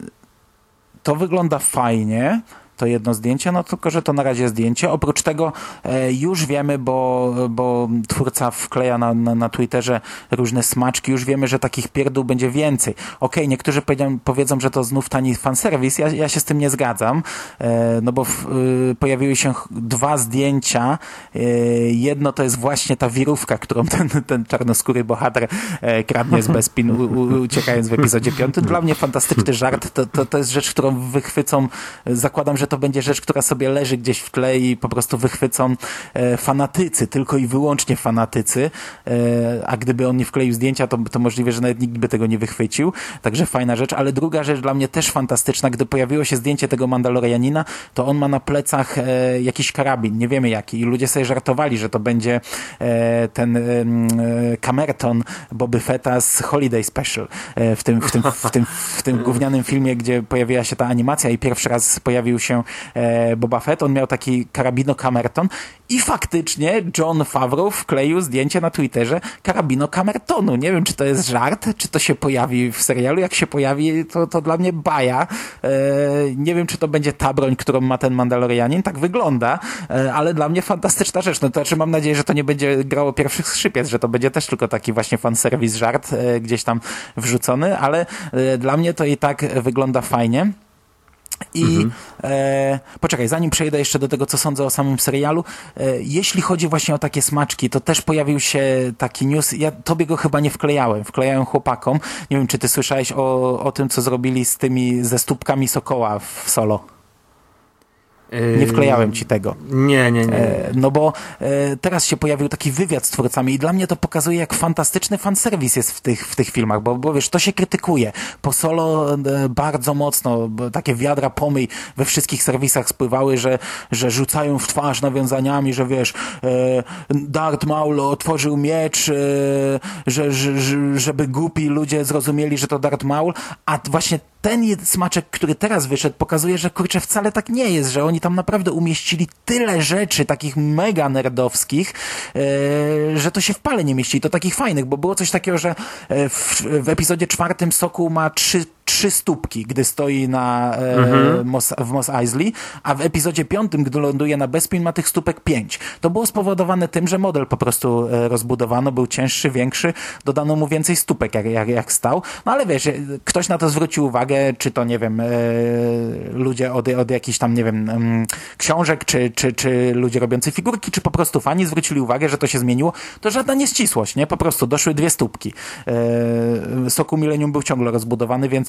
to wygląda fajnie. To jedno zdjęcie, no tylko, że to na razie zdjęcie. Oprócz tego e, już wiemy, bo, bo twórca wkleja na, na, na Twitterze różne smaczki, już wiemy, że takich pierdół będzie więcej. Okej, okay, niektórzy powiedzą, powiedzą, że to znów tani fanserwis. Ja, ja się z tym nie zgadzam, e, no bo w, y, pojawiły się dwa zdjęcia. E, jedno to jest właśnie ta wirówka, którą ten, ten czarnoskóry bohater e, kradnie z Bespin, u, u, uciekając w epizodzie piątym. Dla mnie fantastyczny żart. To, to, to jest rzecz, którą wychwycą, zakładam, że to będzie rzecz, która sobie leży gdzieś w tle i po prostu wychwycą e, fanatycy, tylko i wyłącznie fanatycy, e, a gdyby on nie wkleił zdjęcia, to, to możliwe, że nawet nikt by tego nie wychwycił, także fajna rzecz, ale druga rzecz dla mnie też fantastyczna, gdy pojawiło się zdjęcie tego Mandalorianina, to on ma na plecach e, jakiś karabin, nie wiemy jaki, i ludzie sobie żartowali, że to będzie e, ten e, Camerton Boby Fetta z Holiday Special e, w tym, w tym, w tym, w tym gównianym filmie, gdzie pojawiła się ta animacja i pierwszy raz pojawił się e, Boba Fett, on miał taki karabino Camerton i faktycznie Jon Favreau wkleił zdjęcie na Twitterze karabino Camertonu. Nie wiem, czy to jest żart, czy to się pojawi w serialu. Jak się pojawi, to, to dla mnie baja. E, nie wiem, czy to będzie ta broń, którą ma ten Mandalorianin. Tak wygląda, e, ale dla mnie fantastyczna rzecz. No to znaczy mam nadzieję, że to nie będzie grało pierwszych skrzypiec, że to będzie też tylko taki właśnie fanserwis żart e, gdzieś tam wrzucony, ale e, dla mnie to i tak wygląda fajnie. I mhm. e, poczekaj, zanim przejdę jeszcze do tego, co sądzę o samym serialu, e, jeśli chodzi właśnie o takie smaczki, to też pojawił się taki news, ja tobie go chyba nie wklejałem, wklejałem chłopakom. Nie wiem, czy ty słyszałeś o, o tym, co zrobili z tymi, ze stópkami Sokoła w Solo? Nie wklejałem ci tego. Nie, nie, nie. E, no bo e, teraz się pojawił taki wywiad z twórcami i dla mnie to pokazuje, jak fantastyczny fanserwis jest w tych, w tych filmach, bo, bo wiesz, to się krytykuje. Po Solo e, bardzo mocno, takie wiadra pomyj we wszystkich serwisach spływały, że, że rzucają w twarz nawiązaniami, że wiesz, e, Darth Maul otworzył miecz, e, że, że, że, żeby głupi ludzie zrozumieli, że to Darth Maul, a właśnie ten smaczek, który teraz wyszedł, pokazuje, że kurczę, wcale tak nie jest, że oni tam naprawdę umieścili tyle rzeczy takich mega nerdowskich, e, że to się w pale nie mieści. To takich fajnych, bo było coś takiego, że w, w epizodzie czwartym Sokół ma trzy trzy stópki, gdy stoi na, e, mhm. Mos, w Mos Eisley, a w epizodzie piątym, gdy ląduje na Bespin, ma tych stópek pięć. To było spowodowane tym, że model po prostu e, rozbudowano, był cięższy, większy, dodano mu więcej stópek, jak, jak, jak stał. No ale wiesz, ktoś na to zwrócił uwagę, czy to, nie wiem, e, ludzie od, od jakichś tam, nie wiem, um, książek, czy, czy, czy ludzie robiący figurki, czy po prostu fani zwrócili uwagę, że to się zmieniło. To żadna nieścisłość, nie? Po prostu doszły dwie stópki. E, Sokół Millennium był ciągle rozbudowany, więc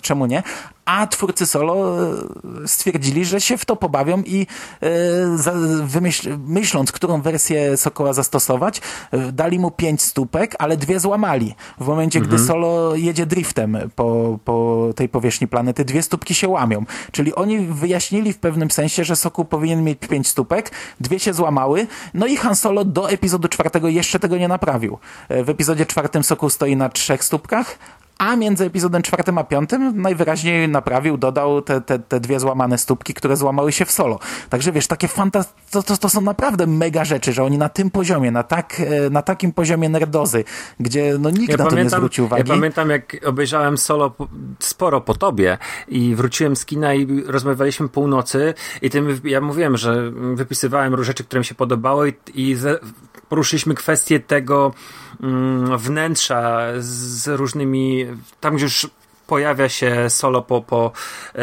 czemu nie? A twórcy Solo stwierdzili, że się w to pobawią i wymyśl, myśląc, którą wersję Sokoła zastosować, dali mu pięć stópek, ale dwie złamali. W momencie, mhm. gdy Solo jedzie driftem po, po tej powierzchni planety, dwie stópki się łamią. Czyli oni wyjaśnili w pewnym sensie, że Sokół powinien mieć pięć stópek, dwie się złamały, no i Han Solo do epizodu czwartego jeszcze tego nie naprawił. W epizodzie czwartym Sokół stoi na trzech stópkach, a między epizodem czwartym a piątym najwyraźniej naprawił, dodał te, te, te dwie złamane stópki, które złamały się w Solo. Także wiesz, takie fanta- to, to, to są naprawdę mega rzeczy, że oni na tym poziomie, na, tak, na takim poziomie nerdozy, gdzie no nikt ja na pamiętam, to nie zwrócił uwagi. Ja pamiętam, jak obejrzałem Solo po, sporo po tobie i wróciłem z kina i rozmawialiśmy północy i tym ja mówiłem, że wypisywałem rzeczy, które mi się podobały i, i ze, poruszyliśmy kwestię tego mm, wnętrza z różnymi, tam gdzie już pojawia się Solo po, po yy,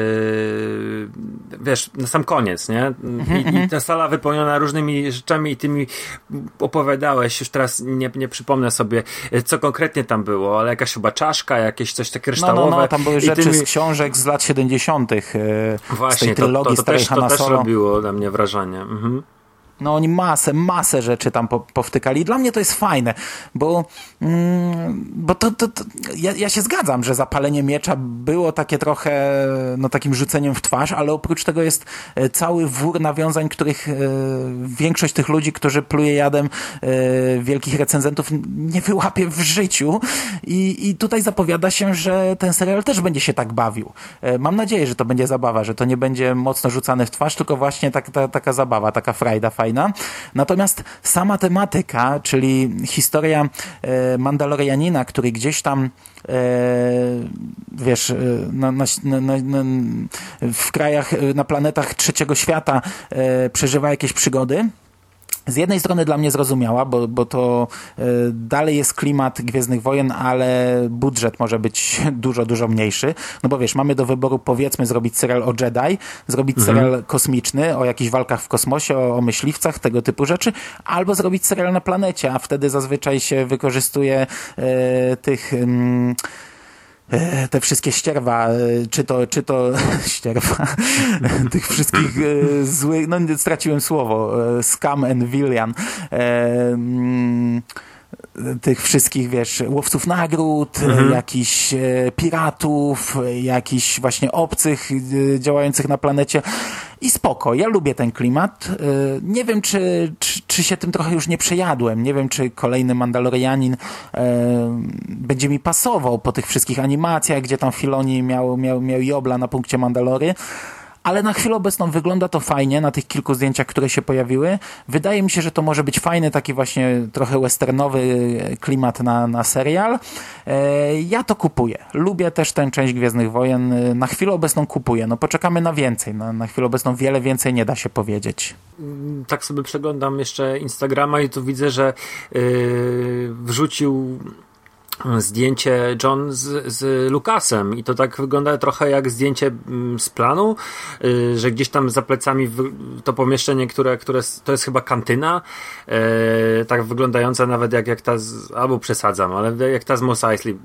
wiesz, na sam koniec, nie? I, i ta sala wypełniona różnymi rzeczami i ty mi opowiadałeś, już teraz nie, nie przypomnę sobie, co konkretnie tam było, ale jakaś chyba czaszka, jakieś coś takie kryształowe. No, no, no, tam były rzeczy mi... z książek z lat siedemdziesiątych. Yy, Właśnie, z tej trylogii to, to, to, starej też, Hanna to też Solo. robiło na mnie wrażenie. Mhm. No oni masę, masę rzeczy tam po, powtykali. I dla mnie to jest fajne, bo, mm, bo to, to, to ja, ja się zgadzam, że zapalenie miecza było takie trochę no takim rzuceniem w twarz, ale oprócz tego jest cały wór nawiązań, których e, większość tych ludzi, którzy pluje jadem e, wielkich recenzentów nie wyłapie w życiu. I, I tutaj zapowiada się, że ten serial też będzie się tak bawił. E, mam nadzieję, że to będzie zabawa, że to nie będzie mocno rzucane w twarz, tylko właśnie tak, ta, taka zabawa, taka frajda fajna. Natomiast sama tematyka, czyli historia e, Mandalorianina, który gdzieś tam e, wiesz, na, na, na, na, w krajach, na planetach trzeciego świata e, przeżywa jakieś przygody, z jednej strony dla mnie zrozumiała, bo, bo to y, dalej jest klimat Gwiezdnych Wojen, ale budżet może być dużo, dużo mniejszy. No bo wiesz, mamy do wyboru powiedzmy zrobić serial o Jedi, zrobić mhm. serial kosmiczny, o jakichś walkach w kosmosie, o, o myśliwcach, tego typu rzeczy, albo zrobić serial na planecie, a wtedy zazwyczaj się wykorzystuje y, tych... Y, te wszystkie ścierwa, czy to, czy to ścierwa, tych wszystkich złych, no straciłem słowo, scam and villain, tych wszystkich, wiesz, łowców nagród, mhm. jakichś piratów, jakichś właśnie obcych działających na planecie. I spoko, ja lubię ten klimat. Nie wiem, czy, czy, czy się tym trochę już nie przejadłem. Nie wiem, czy kolejny Mandalorianin e, będzie mi pasował po tych wszystkich animacjach, gdzie tam Filoni miał, miał, miał Jobla na punkcie Mandalory. Ale na chwilę obecną wygląda to fajnie na tych kilku zdjęciach, które się pojawiły. Wydaje mi się, że to może być fajny, taki właśnie trochę westernowy klimat na, na serial. E, ja to kupuję. Lubię też tę część Gwiezdnych Wojen. Na chwilę obecną kupuję. No poczekamy na więcej. Na, na chwilę obecną wiele więcej nie da się powiedzieć. Tak sobie przeglądam jeszcze Instagrama i tu widzę, że yy, wrzucił zdjęcie John z, z Lucasem i to tak wygląda trochę jak zdjęcie z planu, yy, że gdzieś tam za plecami w, to pomieszczenie, które, które to jest chyba kantyna, yy, tak wyglądająca nawet jak, jak ta z, albo przesadzam, ale jak ta z Mos Eisley.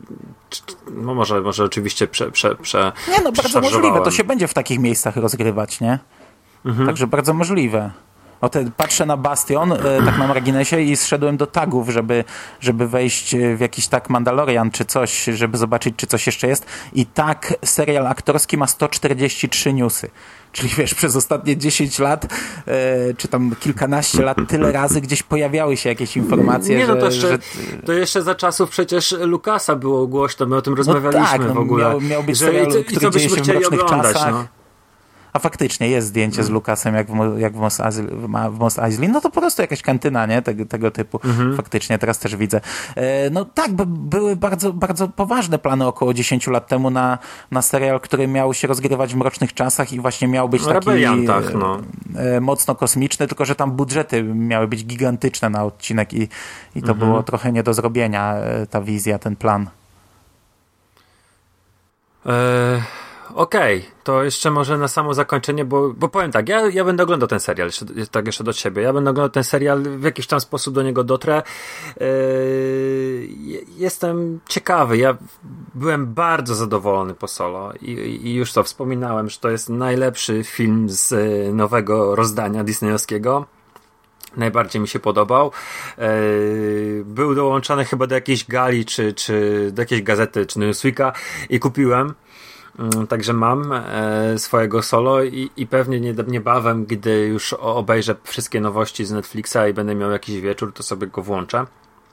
No może, może oczywiście prze, prze, prze Nie no, bardzo możliwe, to się będzie w takich miejscach rozgrywać, nie? Mhm. Także bardzo możliwe. O te, patrzę na Bastion, e, tak na marginesie i zszedłem do tagów, żeby, żeby wejść w jakiś tak Mandalorian czy coś, żeby zobaczyć, czy coś jeszcze jest. I tak serial aktorski ma sto czterdzieści trzy newsy. Czyli wiesz, przez ostatnie dziesięć lat, e, czy tam kilkanaście lat, tyle razy gdzieś pojawiały się jakieś informacje, Nie, że... no to jeszcze, że... to jeszcze za czasów przecież Lucasa było głośno, my o tym rozmawialiśmy no tak, no, w ogóle. Miał, miał być że, serial, i, który i dzieje się w mrocznych oglądać, czasach. no. A faktycznie jest zdjęcie z Lucasem jak w, jak w, Mos, Eisley, w Mos Eisley, no to po prostu jakaś kantyna, nie? Tego, tego typu. Mhm. Faktycznie, teraz też widzę. E, no tak, by, były bardzo, bardzo poważne plany około dziesięć lat temu na, na serial, który miał się rozgrywać w mrocznych czasach i właśnie miał być taki no. e, mocno kosmiczny, tylko że tam budżety miały być gigantyczne na odcinek i, i to mhm. było trochę nie do zrobienia, ta wizja, ten plan. E... okej, okay. To jeszcze może na samo zakończenie, bo, bo powiem tak, ja, ja będę oglądał ten serial, jeszcze, tak jeszcze do ciebie, ja będę oglądał ten serial, w jakiś tam sposób do niego dotrę. Yy, jestem ciekawy, ja byłem bardzo zadowolony po Solo i, i już to wspominałem, że to jest najlepszy film z nowego rozdania disneyowskiego. Najbardziej mi się podobał. Był dołączany chyba do jakiejś gali, czy, czy do jakiejś gazety, czy Newsweeka i kupiłem. Także mam swojego Solo i, i pewnie niebawem, gdy już obejrzę wszystkie nowości z Netflixa i będę miał jakiś wieczór, to sobie go włączę.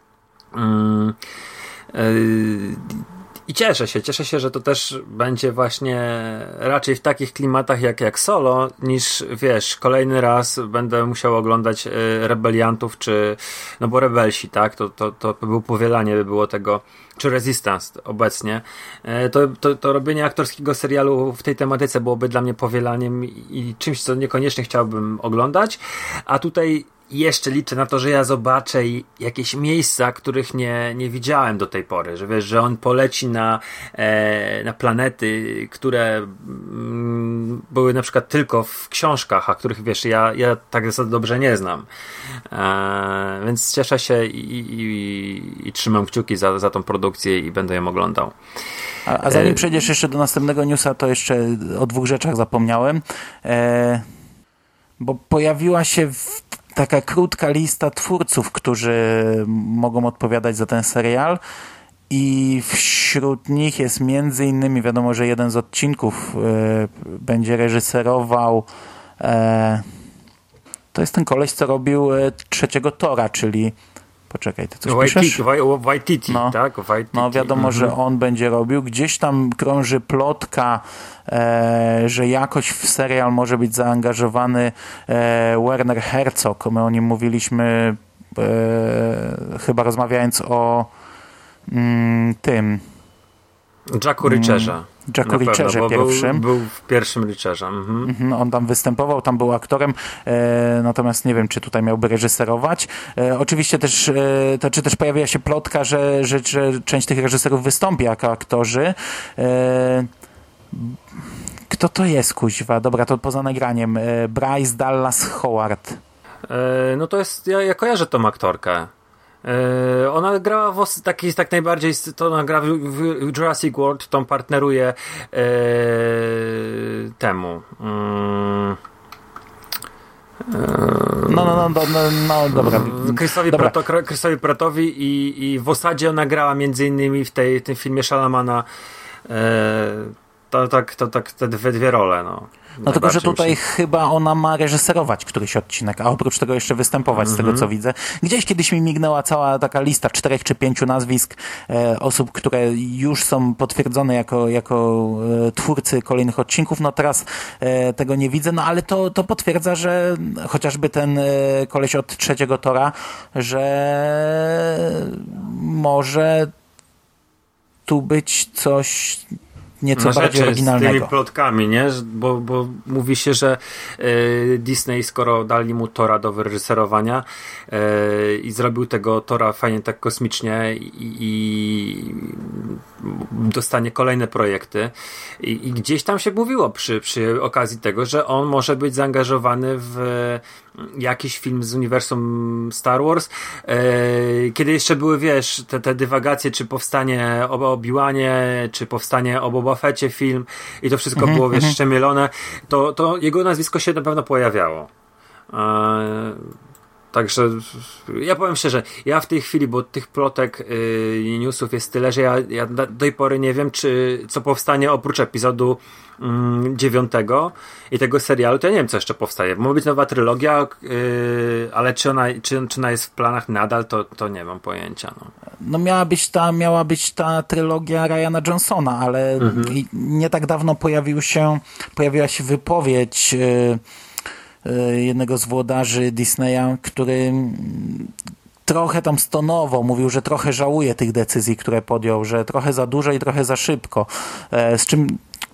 I cieszę się, cieszę się, że to też będzie właśnie raczej w takich klimatach jak, jak Solo, niż wiesz, kolejny raz będę musiał oglądać Rebeliantów, czy no bo Rebelsi, tak, to, to, to było powielanie by było tego, czy Resistance obecnie, to, to, to robienie aktorskiego serialu w tej tematyce byłoby dla mnie powielaniem i czymś, co niekoniecznie chciałbym oglądać, a tutaj jeszcze liczę na to, że ja zobaczę jakieś miejsca, których nie, nie widziałem do tej pory, że wiesz, że on poleci na, e, na planety, które mm, były na przykład tylko w książkach, a których wiesz, ja, ja tak za dobrze nie znam. E, więc cieszę się i, i, i trzymam kciuki za, za tą produkcję i będę ją oglądał. A, a zanim e... przejdziesz jeszcze do następnego newsa, to jeszcze o dwóch rzeczach zapomniałem. E, bo pojawiła się w taka krótka lista twórców, którzy mogą odpowiadać za ten serial i wśród nich jest między innymi, wiadomo, że jeden z odcinków e, będzie reżyserował e, to jest ten koleś, co robił e, trzeciego Tora, czyli poczekaj, ty coś Waititi, piszesz? Waititi, no, tak? Waititi. No wiadomo, mhm. że on będzie robił. Gdzieś tam krąży plotka, e, że jakoś w serial może być zaangażowany e, Werner Herzog. My o nim mówiliśmy e, chyba rozmawiając o mm, tym Jacku Richerze. Jacku Richerze pierwszym. Był, był w pierwszym Richerze. Mhm. On tam występował, tam był aktorem, e, natomiast nie wiem, czy tutaj miałby reżyserować. E, oczywiście też, e, to, czy też pojawiła się plotka, że, że, że część tych reżyserów wystąpi jako aktorzy. E, kto to jest, kuźwa? Dobra, to poza nagraniem. E, Bryce Dallas Howard. E, no to jest, ja, ja kojarzę tą aktorkę. Yy, ona grała w os- taki, tak najbardziej, to ona gra w, w Jurassic World, tą partneruje yy, temu. Yy, no, no, no, no, no, no dobra. Chrisowi, dobra. Prato, Chrisowi Pratowi i, i w osadzie ona grała między innymi w tej, tym filmie Shalamana. Yy, to tak, to tak te dwie, dwie role, no. No tylko, że tutaj się... chyba ona ma reżyserować któryś odcinek, a oprócz tego jeszcze występować, mm-hmm. z tego co widzę. Gdzieś kiedyś mi mignęła cała taka lista czterech czy pięciu nazwisk e, osób, które już są potwierdzone jako, jako e, twórcy kolejnych odcinków. No teraz e, tego nie widzę, no ale to, to potwierdza, że chociażby ten e, koleś od trzeciego Tora, że może tu być coś nieco no bardziej oryginalnego. Z tymi plotkami, nie? Bo, bo mówi się, że e, Disney, skoro dali mu Tora do wyreżyserowania e, i zrobił tego Tora fajnie tak kosmicznie i, i dostanie kolejne projekty I, i gdzieś tam się mówiło przy, przy okazji tego, że on może być zaangażowany w jakiś film z uniwersum Star Wars, e, kiedy jeszcze były, wiesz, te, te dywagacje, czy powstanie o Obi-Wanie, czy powstanie o Boba Fetcie film i to wszystko mm-hmm, było, wiesz, mm-hmm. szczemielone, to, to jego nazwisko się na pewno pojawiało. E, Także ja powiem szczerze, ja w tej chwili, bo tych plotek i yy, newsów jest tyle, że ja, ja do tej pory nie wiem, czy co powstanie oprócz epizodu mm, dziewiątego i tego serialu, to ja nie wiem, co jeszcze powstaje. Ma być nowa trylogia, yy, ale czy ona, czy, czy ona jest w planach nadal, to, to nie mam pojęcia. No, no miała być ta, miała być ta trylogia Ryana Johnsona, ale mhm. nie tak dawno pojawił się, pojawiła się wypowiedź yy, jednego z włodarzy Disneya, który trochę tam stonował, mówił, że trochę żałuje tych decyzji, które podjął, że trochę za dużo i trochę za szybko. Z czym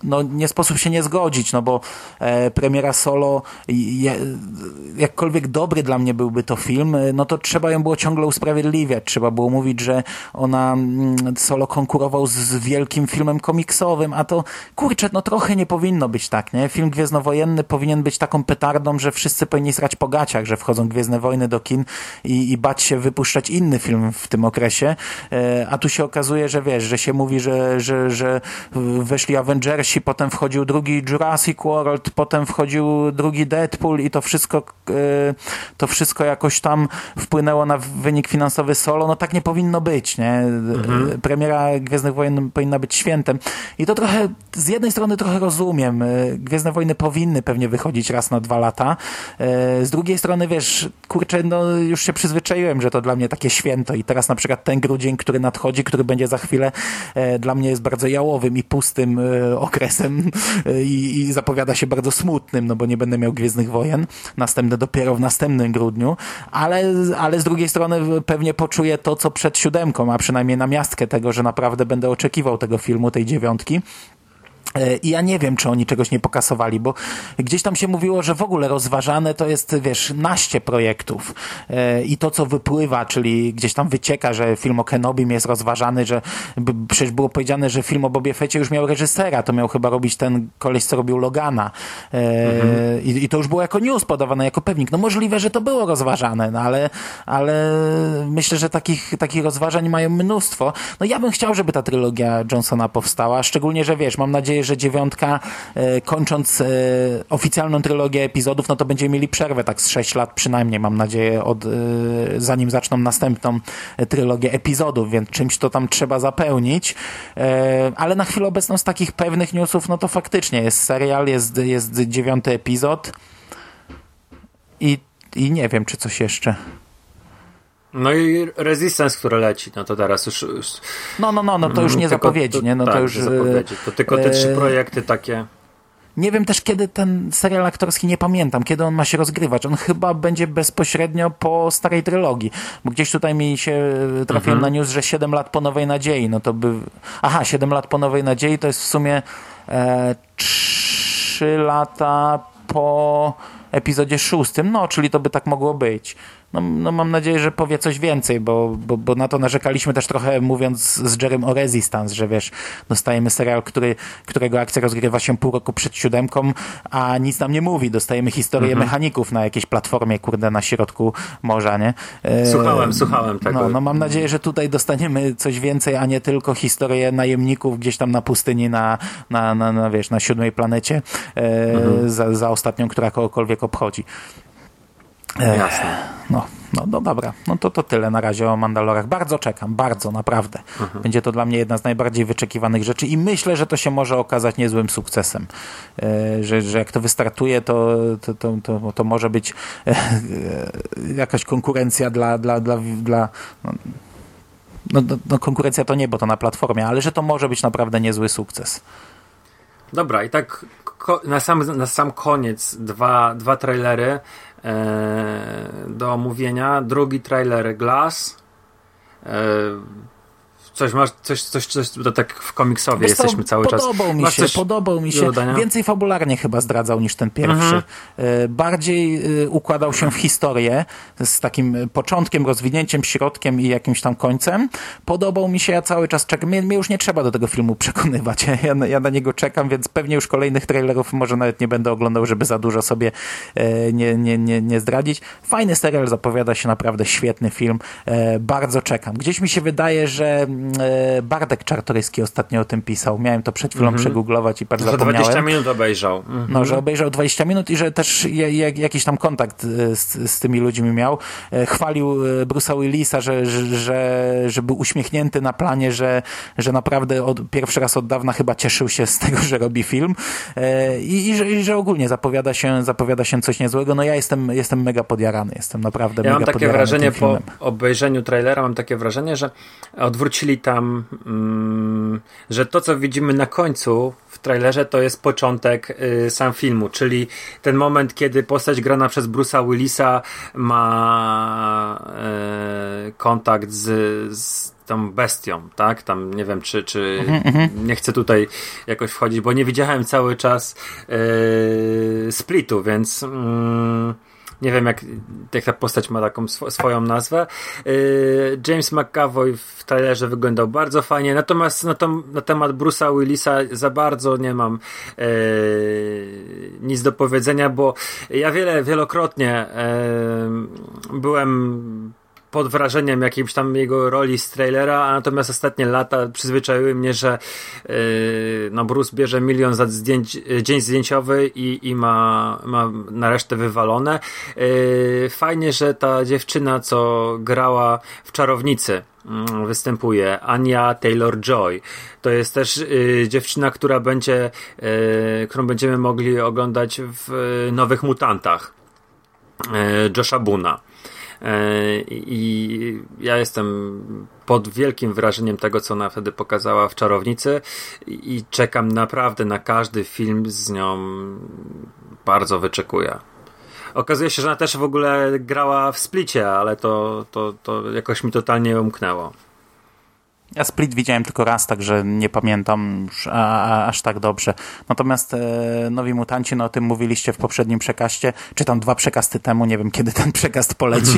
no nie sposób się nie zgodzić, no bo e, premiera Solo, je, jakkolwiek dobry dla mnie byłby to film, no to trzeba ją było ciągle usprawiedliwiać. Trzeba było mówić, że ona Solo konkurował z, z wielkim filmem komiksowym, a to kurczę, no trochę nie powinno być tak, nie? Film gwiezdnowojenny powinien być taką petardą, że wszyscy powinni srać po gaciach, że wchodzą Gwiezdne Wojny do kin i, i bać się wypuszczać inny film w tym okresie, e, a tu się okazuje, że wiesz, że się mówi, że, że, że weszli Avengersi, potem wchodził drugi Jurassic World, potem wchodził drugi Deadpool i to wszystko e, to wszystko jakoś tam wpłynęło na wynik finansowy Solo. No tak nie powinno być, nie? Mhm. Premiera Gwiezdnych Wojen powinna być świętem. I to trochę, z jednej strony trochę rozumiem. Gwiezdne Wojny powinny pewnie wychodzić raz na dwa lata. Z drugiej strony, wiesz, kurczę, no już się przyzwyczaiłem, że to dla mnie takie święto i teraz na przykład ten grudzień, który nadchodzi, który będzie za chwilę, dla mnie jest bardzo jałowym i pustym okresem i, i zapowiada się bardzo smutnym, no bo nie będę miał Gwiezdnych Wojen. Następne dopiero w następnym grudniu, ale, ale z drugiej strony pewnie poczuję to, co przed siódemką, a przynajmniej namiastkę tego, że naprawdę będę oczekiwał tego filmu, tej dziewiątki. I ja nie wiem, czy oni czegoś nie pokasowali, bo gdzieś tam się mówiło, że w ogóle rozważane to jest, wiesz, naście projektów i to, co wypływa, czyli gdzieś tam wycieka, że film o Kenobim jest rozważany, że przecież było powiedziane, że film o Bobie Fecie już miał reżysera, to miał chyba robić ten koleś, co robił Logana. Mhm. I, i to już było jako news podawane, jako pewnik. No możliwe, że to było rozważane, no ale, ale myślę, że takich, takich rozważań mają mnóstwo. No ja bym chciał, żeby ta trylogia Johnsona powstała, szczególnie, że wiesz, mam nadzieję, że dziewiątka, e, kończąc e, oficjalną trylogię epizodów, no to będziemy mieli przerwę tak z sześć lat przynajmniej, mam nadzieję, od, e, zanim zaczną następną trylogię epizodów, więc czymś to tam trzeba zapełnić. E, ale na chwilę obecną z takich pewnych newsów, no to faktycznie jest serial, jest, jest dziewiąty epizod i, i nie wiem, czy coś jeszcze. No i Resistance, które leci, no to teraz już... już no, no, no, no to już nie tylko, zapowiedzi, to, nie? No tak, to już... zapowiedzi. To tylko te trzy projekty takie... Nie wiem też, kiedy ten serial aktorski, nie pamiętam, kiedy on ma się rozgrywać. On chyba będzie bezpośrednio po starej trylogii, bo gdzieś tutaj mi się trafiłem mhm. na news, że siedem lat po Nowej Nadziei, no to by... Aha, siedem lat po Nowej Nadziei to jest w sumie e, trzy lata po epizodzie szóstym, no, czyli to by tak mogło być. No, no mam nadzieję, że powie coś więcej, bo, bo, bo na to narzekaliśmy też trochę, mówiąc z Jerem o Resistance, że wiesz, dostajemy serial, który, którego akcja rozgrywa się pół roku przed siódemką, a nic nam nie mówi. Dostajemy historię mhm. mechaników na jakiejś platformie, kurde, na środku morza, nie? E, słuchałem, słuchałem tego. No, no mam nadzieję, że tutaj dostaniemy coś więcej, a nie tylko historię najemników gdzieś tam na pustyni, na, na, na, na wiesz, na siódmej planecie, e, mhm. za, za ostatnią, która kogokolwiek obchodzi. Jasne. No, no, no dobra, no to to tyle na razie o Mandalorach. Bardzo czekam, bardzo, naprawdę. Mhm. Będzie to dla mnie jedna z najbardziej wyczekiwanych rzeczy i myślę, że to się może okazać niezłym sukcesem. E, że, że jak to wystartuje, to, to, to, to, to może być e, jakaś konkurencja dla, dla, dla, dla no, no, no konkurencja to nie, bo to na platformie, ale że to może być naprawdę niezły sukces. Dobra, i tak ko- na, sam, na sam koniec dwa, dwa trailery do omówienia. Drugi trailer Glass. Coś masz, coś, coś, coś to tak w komiksowie Wiesz jesteśmy co, cały podobał czas. Mi się, podobał mi się. Więcej fabularnie chyba zdradzał niż ten pierwszy. Mhm. Bardziej układał się w historię z takim początkiem, rozwinięciem, środkiem i jakimś tam końcem. Podobał mi się, ja cały czas czekam. Mnie, mnie już nie trzeba do tego filmu przekonywać. Ja, ja na niego czekam, więc pewnie już kolejnych trailerów może nawet nie będę oglądał, żeby za dużo sobie nie, nie, nie, nie zdradzić. Fajny serial, zapowiada się naprawdę świetny film. Bardzo czekam. Gdzieś mi się wydaje, że Bartek Czartoryski ostatnio o tym pisał. Miałem to przed chwilą mm-hmm. przegooglować i patrz, zapomniałem. dwadzieścia minut obejrzał. Mm-hmm. No, że obejrzał dwadzieścia minut i że też j- j- jakiś tam kontakt z, z tymi ludźmi miał. Chwalił Bruce'a Willisa, że, że, że, że był uśmiechnięty na planie, że, że naprawdę od, pierwszy raz od dawna chyba cieszył się z tego, że robi film i, i, że, i że ogólnie zapowiada się, zapowiada się coś niezłego. No ja jestem, jestem mega podjarany. Jestem naprawdę ja mega podjarany. Ja mam takie wrażenie po obejrzeniu trailera, mam takie wrażenie, że odwrócili zrobili tam, mm, że to, co widzimy na końcu w trailerze, to jest początek y, sam filmu, czyli ten moment, kiedy postać grana przez Bruce'a Willisa ma y, kontakt z, z tą bestią, tak? Tam nie wiem, czy, czy mm-hmm. nie chcę tutaj jakoś wchodzić, bo nie widziałem cały czas y, Splitu, więc... Y, nie wiem, jak, jak ta postać ma taką sw- swoją nazwę. Yy, James McAvoy w trailerze wyglądał bardzo fajnie, natomiast na, to, na temat Bruce'a Willisa za bardzo nie mam yy, nic do powiedzenia, bo ja wiele, wielokrotnie yy, byłem pod wrażeniem jakimś tam jego roli z trailera, a natomiast ostatnie lata przyzwyczaiły mnie, że yy, no Bruce bierze milion za zdjęć, dzień zdjęciowy i, i ma, ma na resztę wywalone. Yy, fajnie, że ta dziewczyna, co grała w Czarownicy, yy, występuje, Anya Taylor-Joy. To jest też yy, dziewczyna, która będzie, yy, którą będziemy mogli oglądać w yy, Nowych Mutantach. Yy, Josha Boona. I ja jestem pod wielkim wrażeniem tego, co ona wtedy pokazała w Czarownicy i czekam naprawdę na każdy film z nią, bardzo wyczekuję. Okazuje się, że ona też w ogóle grała w Splicie, ale to, to, to jakoś mi totalnie umknęło. Ja Split widziałem tylko raz, także nie pamiętam już a, a, aż tak dobrze. Natomiast e, Nowi Mutanci, no o tym mówiliście w poprzednim przekaście, czy tam dwa przekasty temu, nie wiem kiedy ten przekast poleci.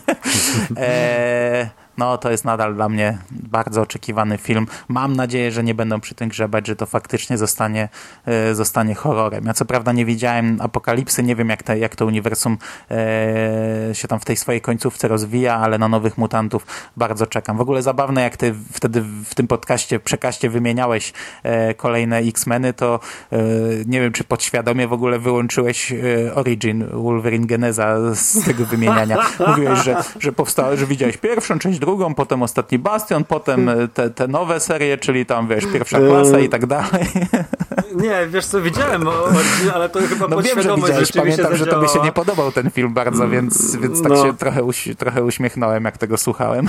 e, no to jest nadal dla mnie bardzo oczekiwany film. Mam nadzieję, że nie będą przy tym grzebać, że to faktycznie zostanie, e, zostanie horrorem. Ja co prawda nie widziałem Apokalipsy, nie wiem jak, te, jak to uniwersum e, się tam w tej swojej końcówce rozwija, ale na Nowych Mutantów bardzo czekam. W ogóle zabawne, jak ty wtedy w tym podcaście, przekaście wymieniałeś e, kolejne X-Meny, to e, nie wiem, czy podświadomie w ogóle wyłączyłeś e, Origin Wolverine Geneza z tego wymieniania. Mówiłeś, że, że powstała, że widziałeś pierwszą część, drugą, potem Ostatni Bastion, potem te, te nowe serie, czyli tam, wiesz, Pierwsza Klasa i tak dalej. Nie, wiesz co, widziałem, ale to chyba no wiem, że widziałeś, pamiętam, że tobie się nie podobał ten film bardzo, więc, więc tak no. się trochę, uś, trochę uśmiechnąłem, jak tego słuchałem.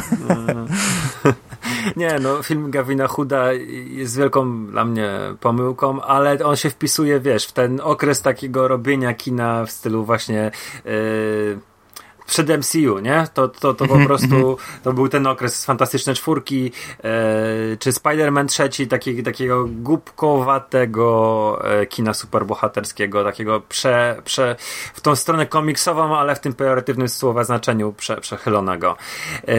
Nie, no film Gavina Hooda jest wielką dla mnie pomyłką, ale on się wpisuje, wiesz, w ten okres takiego robienia kina w stylu właśnie yy, przed M C U, nie? To, to, to po prostu to był ten okres Fantastyczne Czwórki, e, czy Spider-Man trzeci, taki, takiego głupkowatego e, kina superbohaterskiego, takiego prze, prze, w tą stronę komiksową, ale w tym pejoratywnym słowa znaczeniu prze, przechylonego. E,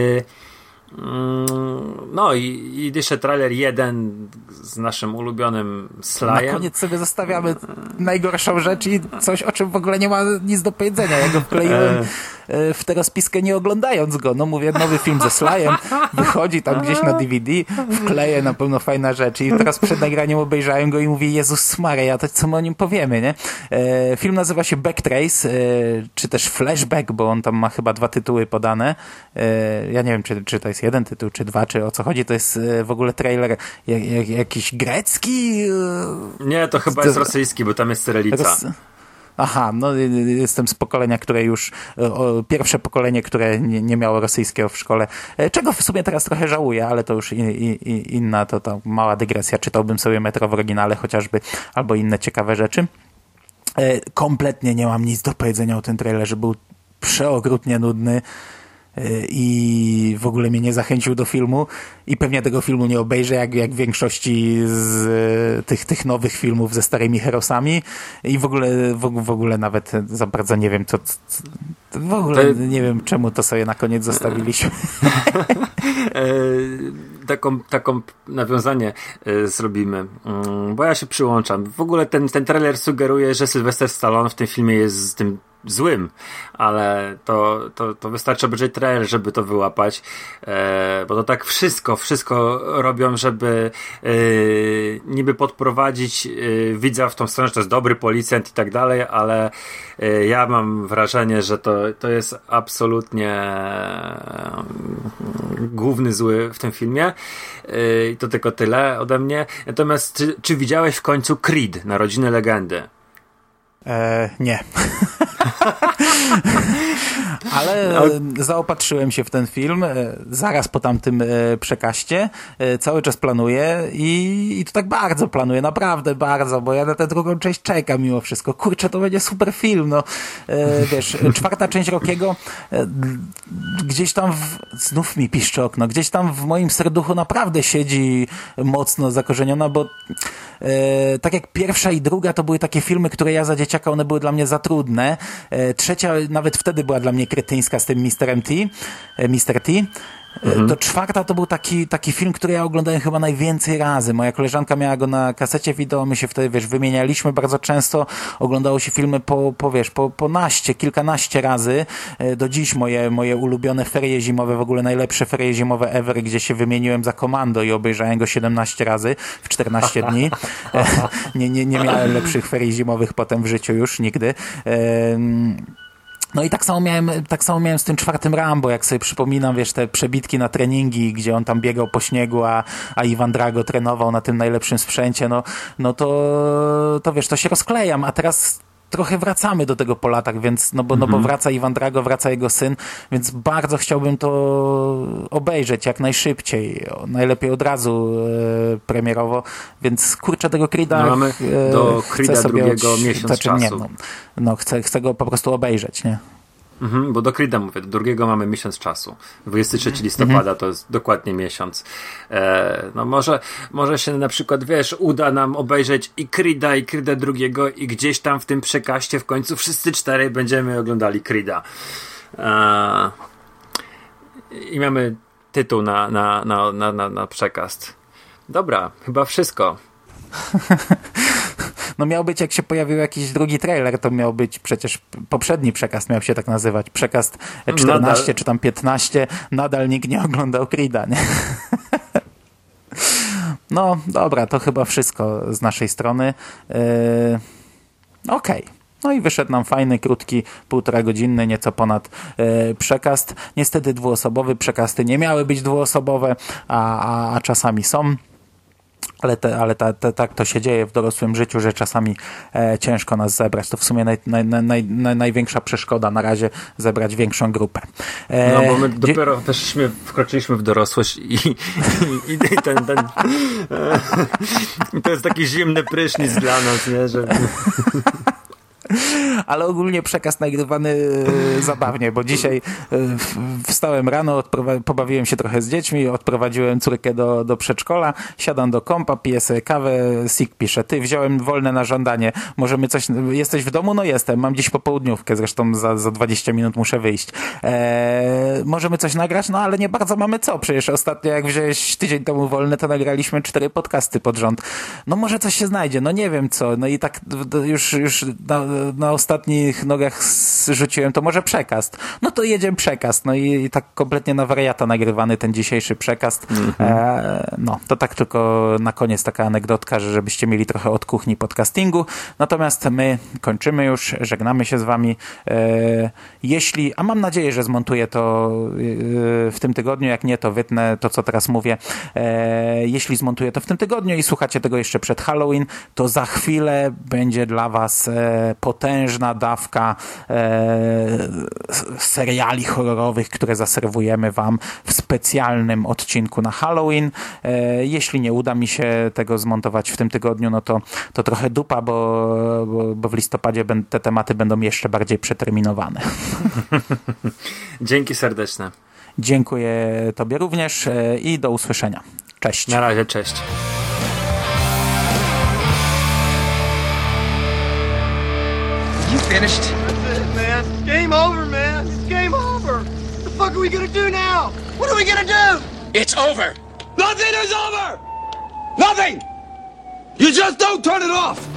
No i, i jeszcze trailer jeden z naszym ulubionym Slyem. Na koniec sobie zostawiamy najgorszą rzecz i coś, o czym w ogóle nie ma nic do powiedzenia. Ja go wkleiłem w tę rozpiskę nie oglądając go. No mówię, nowy film ze Slyem wychodzi tam gdzieś na D V D, wkleję, na pewno fajna rzecz. I teraz przed nagraniem obejrzałem go i mówię, Jezus Maria, to co my o nim powiemy, nie? E, film nazywa się Backtrace, e, czy też Flashback, bo on tam ma chyba dwa tytuły podane. E, ja nie wiem, czy, czy to jest jeden tytuł, czy dwa, czy o co chodzi. To jest e, w ogóle trailer jak, jak, jakiś grecki? E, nie, to chyba to, jest rosyjski, bo tam jest cyrylica. Roz... Aha, no jestem z pokolenia, które już, o, pierwsze pokolenie, które nie, nie miało rosyjskiego w szkole, czego w sumie teraz trochę żałuję, ale to już i, i, inna, to, to mała dygresja, czytałbym sobie Metro w oryginale chociażby, albo inne ciekawe rzeczy. E, kompletnie nie mam nic do powiedzenia o tym trailerze, był przeokrutnie nudny i w ogóle mnie nie zachęcił do filmu i pewnie tego filmu nie obejrzę, jak, jak w większości z tych, tych nowych filmów ze starymi herosami i w ogóle, w, w ogóle nawet za bardzo nie wiem, co, co w ogóle nie wiem, czemu to sobie na koniec zostawiliśmy. taką, taką nawiązanie zrobimy, bo ja się przyłączam. W ogóle ten, ten trailer sugeruje, że Sylvester Stallone w tym filmie jest z tym złym, ale to, to, to wystarczy obejrzeć trailer, żeby to wyłapać, e, bo to tak wszystko, wszystko robią, żeby e, niby podprowadzić e, widza w tą stronę, że to jest dobry policjant i tak dalej, ale e, ja mam wrażenie, że to, to jest absolutnie e, główny zły w tym filmie e, i to tylko tyle ode mnie. Natomiast czy, czy widziałeś w końcu Creed, Narodziny Legendy? Eee, nie. Ale e, zaopatrzyłem się w ten film e, zaraz po tamtym e, przekaście. E, cały czas planuję i, i to tak bardzo planuję, naprawdę bardzo, bo ja na tę drugą część czekam mimo wszystko. Kurczę, to będzie super film, no. E, wiesz, czwarta część Rockiego e, gdzieś tam w, znów mi piszczy okno, gdzieś tam w moim serduchu naprawdę siedzi mocno zakorzeniona, bo e, tak jak pierwsza i druga to były takie filmy, które ja za dzieciaka, one były dla mnie za trudne. E, trzecia nawet wtedy była dla mnie kretyńska z tym misterem T, e, mister T. Mhm. To czwarta to był taki, taki film, który ja oglądałem chyba najwięcej razy. Moja koleżanka miała go na kasecie wideo, my się wtedy, wiesz, wymienialiśmy bardzo często. Oglądało się filmy po, po wiesz, po, po naście, kilkanaście razy. Do dziś moje, moje ulubione ferie zimowe, w ogóle najlepsze ferie zimowe ever, gdzie się wymieniłem za Komando i obejrzałem go siedemnaście razy w czternaście dni. nie, nie, nie miałem lepszych ferii zimowych potem w życiu już nigdy. No i tak samo miałem, tak samo miałem z tym czwartym Rambo, jak sobie przypominam, wiesz, te przebitki na treningi, gdzie on tam biegał po śniegu, a, a Iwan Drago trenował na tym najlepszym sprzęcie, no, no to, to wiesz, to się rozklejam, a teraz trochę wracamy do tego po latach, więc, no bo, mhm. no bo wraca Iwan Drago, wraca jego syn, więc bardzo chciałbym to obejrzeć jak najszybciej, najlepiej od razu e, premierowo, więc kurczę tego Creeda no mamy e, do Creeda drugiego od, miesiąc znaczy, czasu. Nie, no, no chcę, chcę go po prostu obejrzeć, nie? Mhm, bo do Creeda mówię, do drugiego mamy miesiąc czasu. dwudziestego trzeciego listopada mhm. to jest dokładnie miesiąc. E, no może, może się na przykład, wiesz, uda nam obejrzeć i Creeda, i Creeda drugiego i gdzieś tam w tym przekaście w końcu wszyscy czterej będziemy oglądali Creeda. E, I mamy tytuł na, na, na, na, na, na przekaz. Dobra, chyba wszystko. No miał być, jak się pojawił jakiś drugi trailer, to miał być przecież poprzedni przekaz, miał się tak nazywać. Przekaz czternaście nadal. Czy tam piętnaście. Nadal nikt nie oglądał Creeda, nie? No, dobra, to chyba wszystko z naszej strony. Yy, Okej. Okay. No i wyszedł nam fajny, krótki, półtora godzinny, nieco ponad e, przekaz. Niestety dwuosobowy. Przekasty nie miały być dwuosobowe, a, a, a czasami są. Ale, te, ale ta, te, tak to się dzieje w dorosłym życiu, że czasami e, ciężko nas zebrać. To w sumie naj, naj, naj, naj, największa przeszkoda na razie zebrać większą grupę. E, no bo my dzie- dopiero weszliśmy, wkroczyliśmy w dorosłość i, i, i ten, ten e, to jest taki zimny prysznic dla nas, nie? Że... Ale ogólnie przekaz nagrywany e, zabawnie, bo dzisiaj e, wstałem rano, odprowa- pobawiłem się trochę z dziećmi, odprowadziłem córkę do, do przedszkola, siadam do kompa, piję sobie kawę, Sik pisze, ty, wziąłem wolne na żądanie, możemy coś, jesteś w domu? No jestem, mam dziś popołudniówkę, zresztą za, za dwadzieścia minut muszę wyjść. E, możemy coś nagrać? No ale nie bardzo mamy co, przecież ostatnio jak wziąłeś tydzień temu wolne, to nagraliśmy cztery podcasty pod rząd. No może coś się znajdzie, no nie wiem co, no i tak już, już na, na ostatnich nogach rzuciłem, to może przekaz. No to jedziemy przekaz. No i, i tak kompletnie na wariata nagrywany ten dzisiejszy przekaz. Mm-hmm. E, no, to tak tylko na koniec taka anegdotka, że żebyście mieli trochę od kuchni podcastingu. Natomiast my kończymy już, żegnamy się z wami. E, jeśli, a mam nadzieję, że zmontuję to e, w tym tygodniu, jak nie, to wytnę to, co teraz mówię. E, jeśli zmontuję to w tym tygodniu i słuchacie tego jeszcze przed Halloween, to za chwilę będzie dla was e, potężna dawka e, seriali horrorowych, które zaserwujemy wam w specjalnym odcinku na Halloween. E, jeśli nie uda mi się tego zmontować w tym tygodniu, no to, to trochę dupa, bo, bo, bo w listopadzie ben, te tematy będą jeszcze bardziej przeterminowane. Dzięki serdeczne. Dziękuję tobie również e, i do usłyszenia. Cześć. Na razie, cześć. You finished? That's it, man. Game over, man. It's game over. What the fuck are we gonna do now? What are we gonna do? It's over. Nothing is over! Nothing! You just don't turn it off!